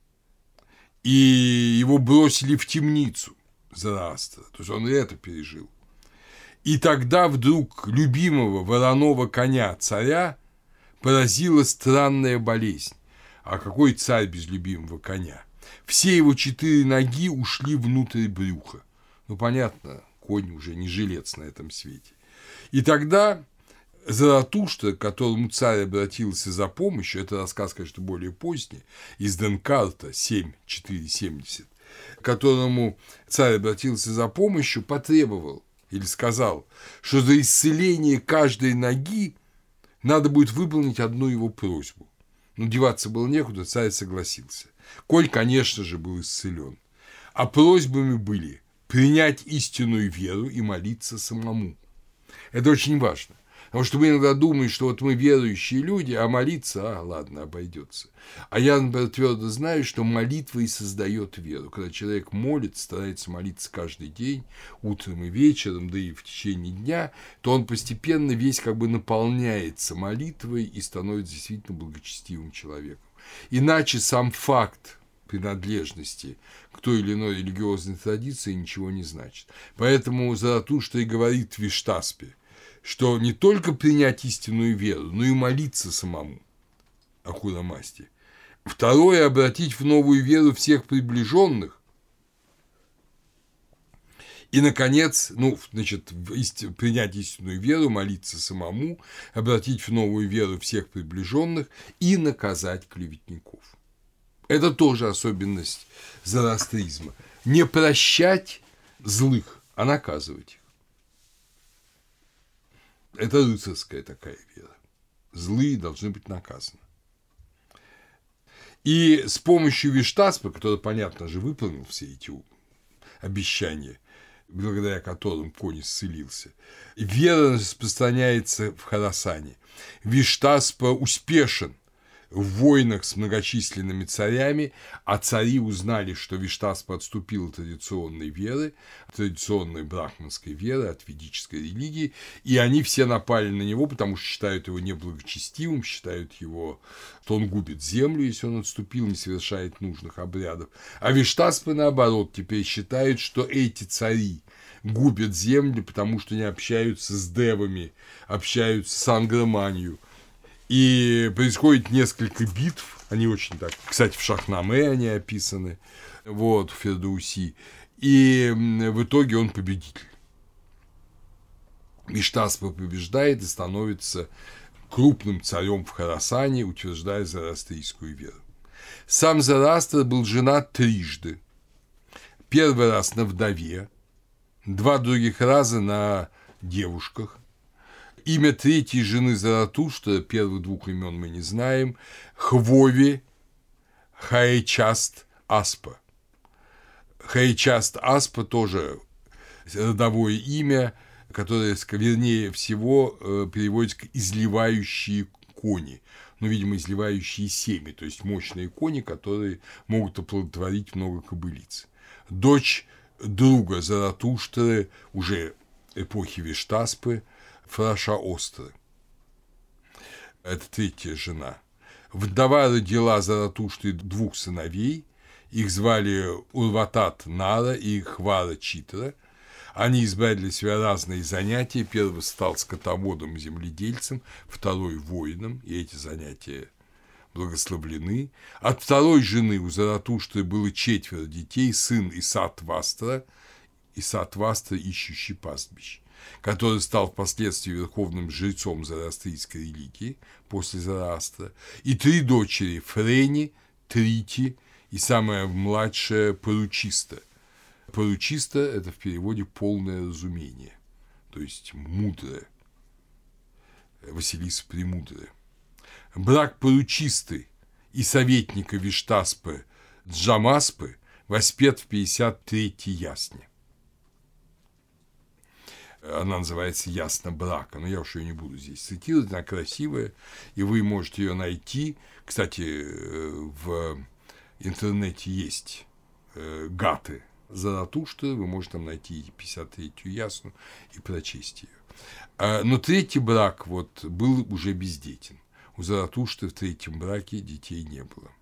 и его бросили в темницу Зороастра, то есть он и это пережил. И тогда вдруг любимого вороного коня царя поразила странная болезнь. А какой царь без любимого коня? Все его 4 ноги ушли внутрь брюха. Ну, понятно, конь уже не жилец на этом свете. И тогда Заратуштра, к которому царь обратился за помощью, это рассказ, конечно, более поздний, из Денкарта 7.4.70, к которому царь обратился за помощью, потребовал или сказал, что за исцеление каждой ноги надо будет выполнить одну его просьбу. Но деваться было некуда, царь согласился. Конь, конечно же, был исцелен. А просьбами были принять истинную веру и молиться самому. Это очень важно. Потому что мы иногда думаем, что вот мы верующие люди, а молиться, ладно, обойдется. А я, например, твердо знаю, что молитва и создает веру. Когда человек молится, старается молиться каждый день, утром и вечером, да и в течение дня, то он постепенно весь как бы наполняется молитвой и становится действительно благочестивым человеком. Иначе сам факт принадлежности к той или иной религиозной традиции ничего не значит. Поэтому Заратуштра и говорит в Виштаспе, что не только принять истинную веру, но и молиться самому Ахура Масти. Второе – обратить в новую веру всех приближенных. И, наконец, принять истинную веру, молиться самому, обратить в новую веру всех приближенных и наказать клеветников. Это тоже особенность зороастризма. Не прощать злых, а наказывать их. Это рыцарская такая вера. Злые должны быть наказаны. И с помощью Виштаспы, который, понятно же, выполнил все эти обещания, благодаря которым конь исцелился, вера распространяется в Хорасане. Виштаспа успешен в войнах с многочисленными царями, а цари узнали, что Виштаспа отступил от традиционной веры, традиционной брахманской веры, от ведической религии, и они все напали на него, потому что считают его неблагочестивым, считают его, что он губит землю, если он отступил, не совершает нужных обрядов. А Виштаспа, наоборот, теперь считают, что эти цари губят землю, потому что не общаются с девами, общаются с Анграманью. И происходит несколько битв, они очень так, кстати, в Шахнаме они описаны, в Фердауси, и в итоге он победитель. Виштаспа побеждает и становится крупным царем в Хорасане, утверждая зороастрийскую веру. Сам Зороастр был женат 3 раза. Первый раз на вдове, 2 других раза на девушках. Имя 3-й жены Заратуштра, первых 2 имен мы не знаем, Хвови Хаечаст Аспа. Хаечаст Аспа тоже родовое имя, которое, вернее всего, переводится как «изливающие кони». Ну, видимо, изливающие семя, то есть мощные кони, которые могут оплодотворить много кобылиц. Дочь друга Заратуштры, уже эпохи Виштаспы, Фраша-Остры. Это 3-я жена. Вдова родила Заратуштре 2 сыновей. Их звали Урватат Нара и Хвара Читра. Они избрали для себя разные занятия. Первый стал скотоводом и земледельцем, второй – воином, и эти занятия благословлены. От второй жены у Заратуштры было 4 детей, сын Исат-Вастра, ищущий пастбищ, который стал впоследствии верховным жрецом зороастрийской религии после Зороастра, и 3 дочери – Френи, Трити и самая младшая – Поручиста. Поручиста – это в переводе «полное разумение», то есть «мудрая», Василиса Премудрая. Брак Поручисты и советника Виштаспы Джамаспы воспет в 53-й ясне. Она называется «Ясна брака», но я уж ее не буду здесь цитировать, она красивая, и вы можете ее найти. Кстати, в интернете есть гаты Заратуштры, вы можете там найти 53-ю ясну и прочесть ее. Но 3-й брак был уже бездетен. У Заратушты в третьем браке детей не было.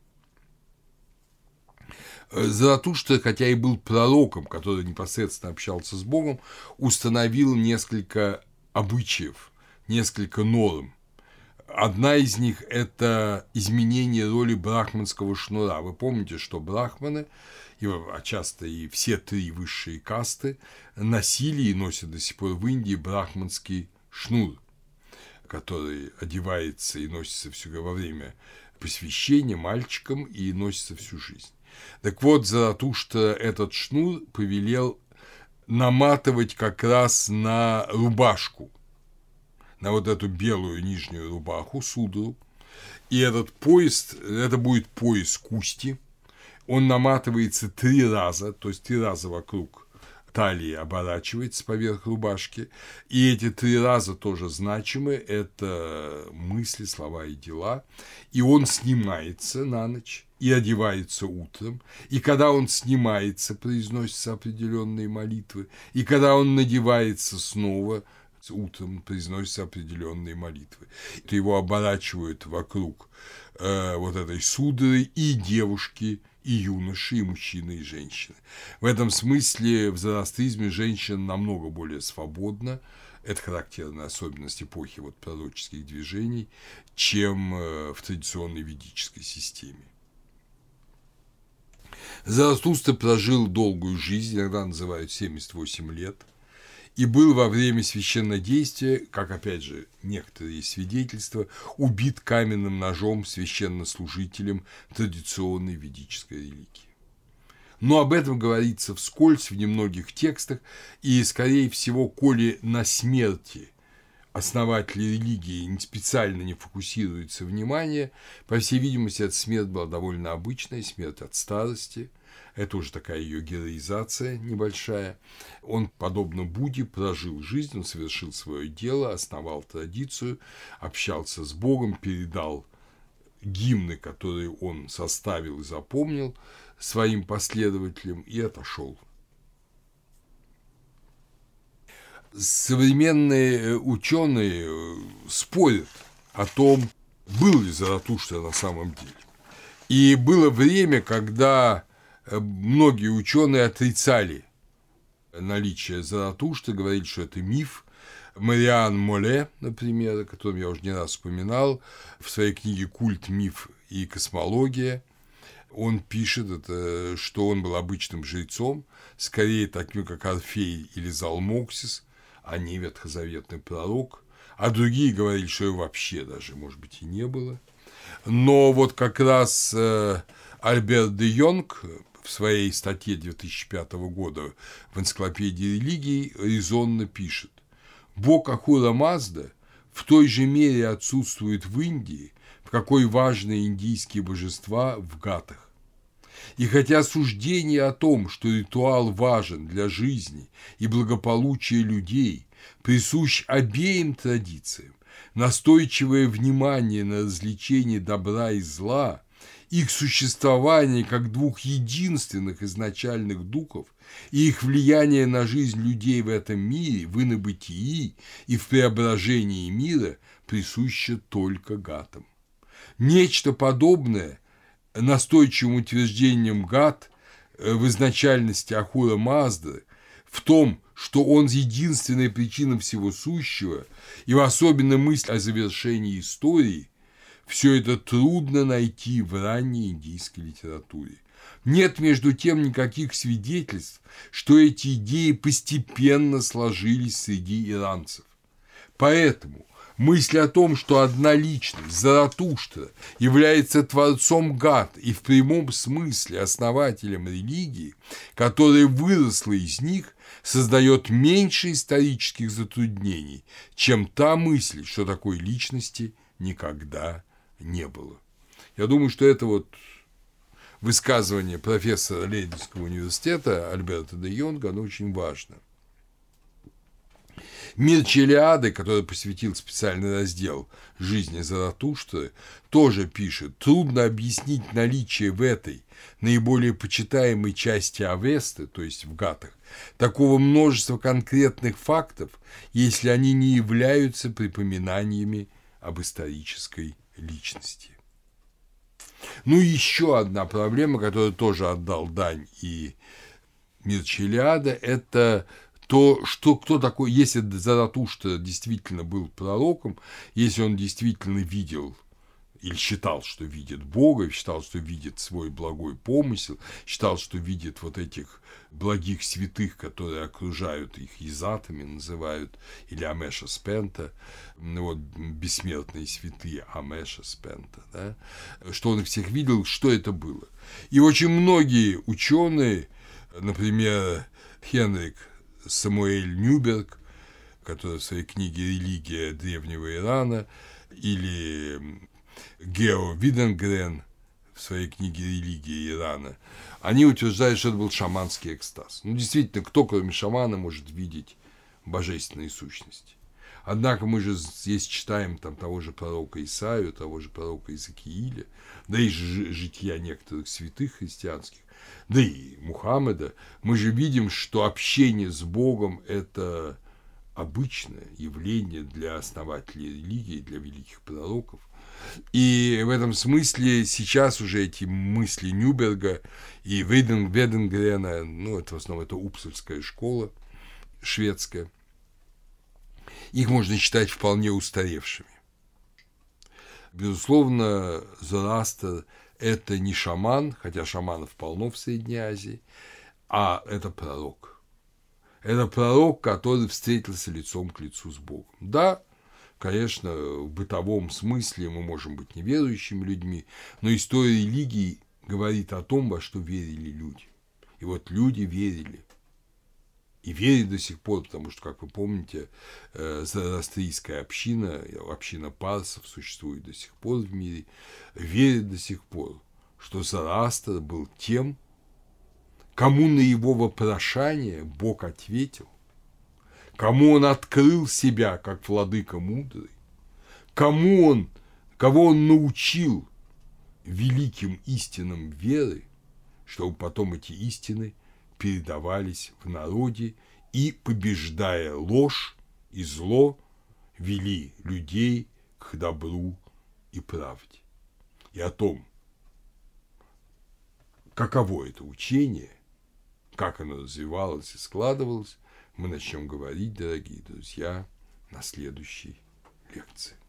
Заратуштра, хотя и был пророком, который непосредственно общался с Богом, установил несколько обычаев, несколько норм. Одна из них – это изменение роли брахманского шнура. Вы помните, что брахманы, а часто и все три высшие касты, носили и носят до сих пор в Индии брахманский шнур, который одевается и носится во время посвящения мальчикам и носится всю жизнь. Так вот, Заратуштра этот шнур повелел наматывать как раз на рубашку, на вот эту белую нижнюю рубаху, судру. И этот пояс, это будет пояс кусти, он наматывается 3 раза, то есть 3 раза вокруг талии оборачивается поверх рубашки, и эти 3 раза тоже значимы, это мысли, слова и дела, и он снимается на ночь и одевается утром, и когда он снимается, произносятся определенные молитвы, и когда он надевается снова, утром произносятся определенные молитвы. Его оборачивают вокруг вот этой судры и девушки, и юноши, и мужчины, и женщины. В этом смысле в зороастризме женщина намного более свободна, это характерная особенность эпохи пророческих движений, чем в традиционной ведической системе. Заратустра прожил долгую жизнь, иногда называют 78 лет, и был во время священнодействия, как опять же некоторые свидетельства, убит каменным ножом священнослужителем традиционной ведической религии. Но об этом говорится вскользь в немногих текстах, и, скорее всего, коли на смерти основателей религии специально не фокусируется внимание, по всей видимости, эта смерть была довольно обычная, смерть от старости. Это уже такая ее героизация небольшая. Он, подобно Будде, прожил жизнь, он совершил свое дело, основал традицию, общался с Богом, передал гимны, которые он составил и запомнил своим последователям, и отошел. Современные ученые спорят о том, был ли Заратуштра на самом деле. И было время, когда многие ученые отрицали наличие Заратуштры, говорили, что это миф. Мариан Моле, например, о котором я уже не раз упоминал, в своей книге «Культ, миф и космология», он пишет, что он был обычным жрецом, скорее таким, как Орфей или Залмоксис, а не ветхозаветный пророк, а другие говорили, что его вообще даже, может быть, и не было. Но вот как раз Альберт де Йонг в своей статье 2005 года в энциклопедии религий резонно пишет: «Бог Ахура Мазда в той же мере отсутствует в Индии, в какой важные индийские божества в гатах. И хотя суждение о том, что ритуал важен для жизни и благополучия людей, присущ обеим традициям, настойчивое внимание на развлечение добра и зла, их существование как двух единственных изначальных духов и их влияние на жизнь людей в этом мире, в инобытии и в преображении мира присуще только гатам. Нечто подобное настойчивым утверждением гат в изначальности Ахура Мазды, в том, что он единственная причина всего сущего, и в особенно мысль о завершении истории, все это трудно найти в ранней индийской литературе. Нет, между тем, никаких свидетельств, что эти идеи постепенно сложились среди иранцев. Поэтому мысль о том, что одна личность, Заратуштра, является творцом гат и в прямом смысле основателем религии, которая выросла из них, создает меньше исторических затруднений, чем та мысль, что такой личности никогда не было. Я думаю, что это высказывание профессора Лейденского университета Альберта де Йонга, оно очень важно. Мир Челиады, который посвятил специальный раздел жизни Заратуштры, тоже пишет: трудно объяснить наличие в этой наиболее почитаемой части Авесты, то есть в гатах, такого множества конкретных фактов, если они не являются припоминаниями об исторической личности. Ну и еще одна проблема, которую тоже отдал дань и Мирча Илиада, это то, что кто такой, если Заратуштра действительно был пророком, если он действительно видел или считал, что видит Бога, считал, что видит свой благой помысел, считал, что видит вот этих благих святых, которые окружают их язатами, называют, или Амеша Спента, вот бессмертные святые Амеша Спента, да, что он их всех видел, что это было. И очень многие ученые, например, Хенрик Самуэль Нюберг, который в своей книге «Религия древнего Ирана», или Гео Виденгрен в своей книге «Религия Ирана», они утверждают, что это был шаманский экстаз. Ну, действительно, кто, кроме шамана, может видеть божественные сущности? Однако мы же здесь читаем там того же пророка Исаию, того же пророка Иезекииля, да и жития некоторых святых христианских, да и Мухаммеда. Мы же видим, что общение с Богом – это обычное явление для основателей религии, для великих пророков. И в этом смысле сейчас уже эти мысли Нюберга и Веденгрена, ну, это в основном это Упсальская школа шведская, их можно считать вполне устаревшими. Безусловно, Зороастр – это не шаман, хотя шаманов полно в Средней Азии, а это пророк. Это пророк, который встретился лицом к лицу с Богом. Да, конечно, в бытовом смысле мы можем быть неверующими людьми, но история религии говорит о том, во что верили люди. И вот люди верили. И верят до сих пор, потому что, как вы помните, зороастрийская община, община парсов существует до сих пор в мире, верят до сих пор, что Зороастр был тем, кому на его вопрошание Бог ответил, кому он открыл себя как владыка мудрый, кого он научил великим истинам веры, чтобы потом эти истины передавались в народе и, побеждая ложь и зло, вели людей к добру и правде. И о том, каково это учение, как оно развивалось и складывалось, мы начнем говорить, дорогие друзья, на следующей лекции.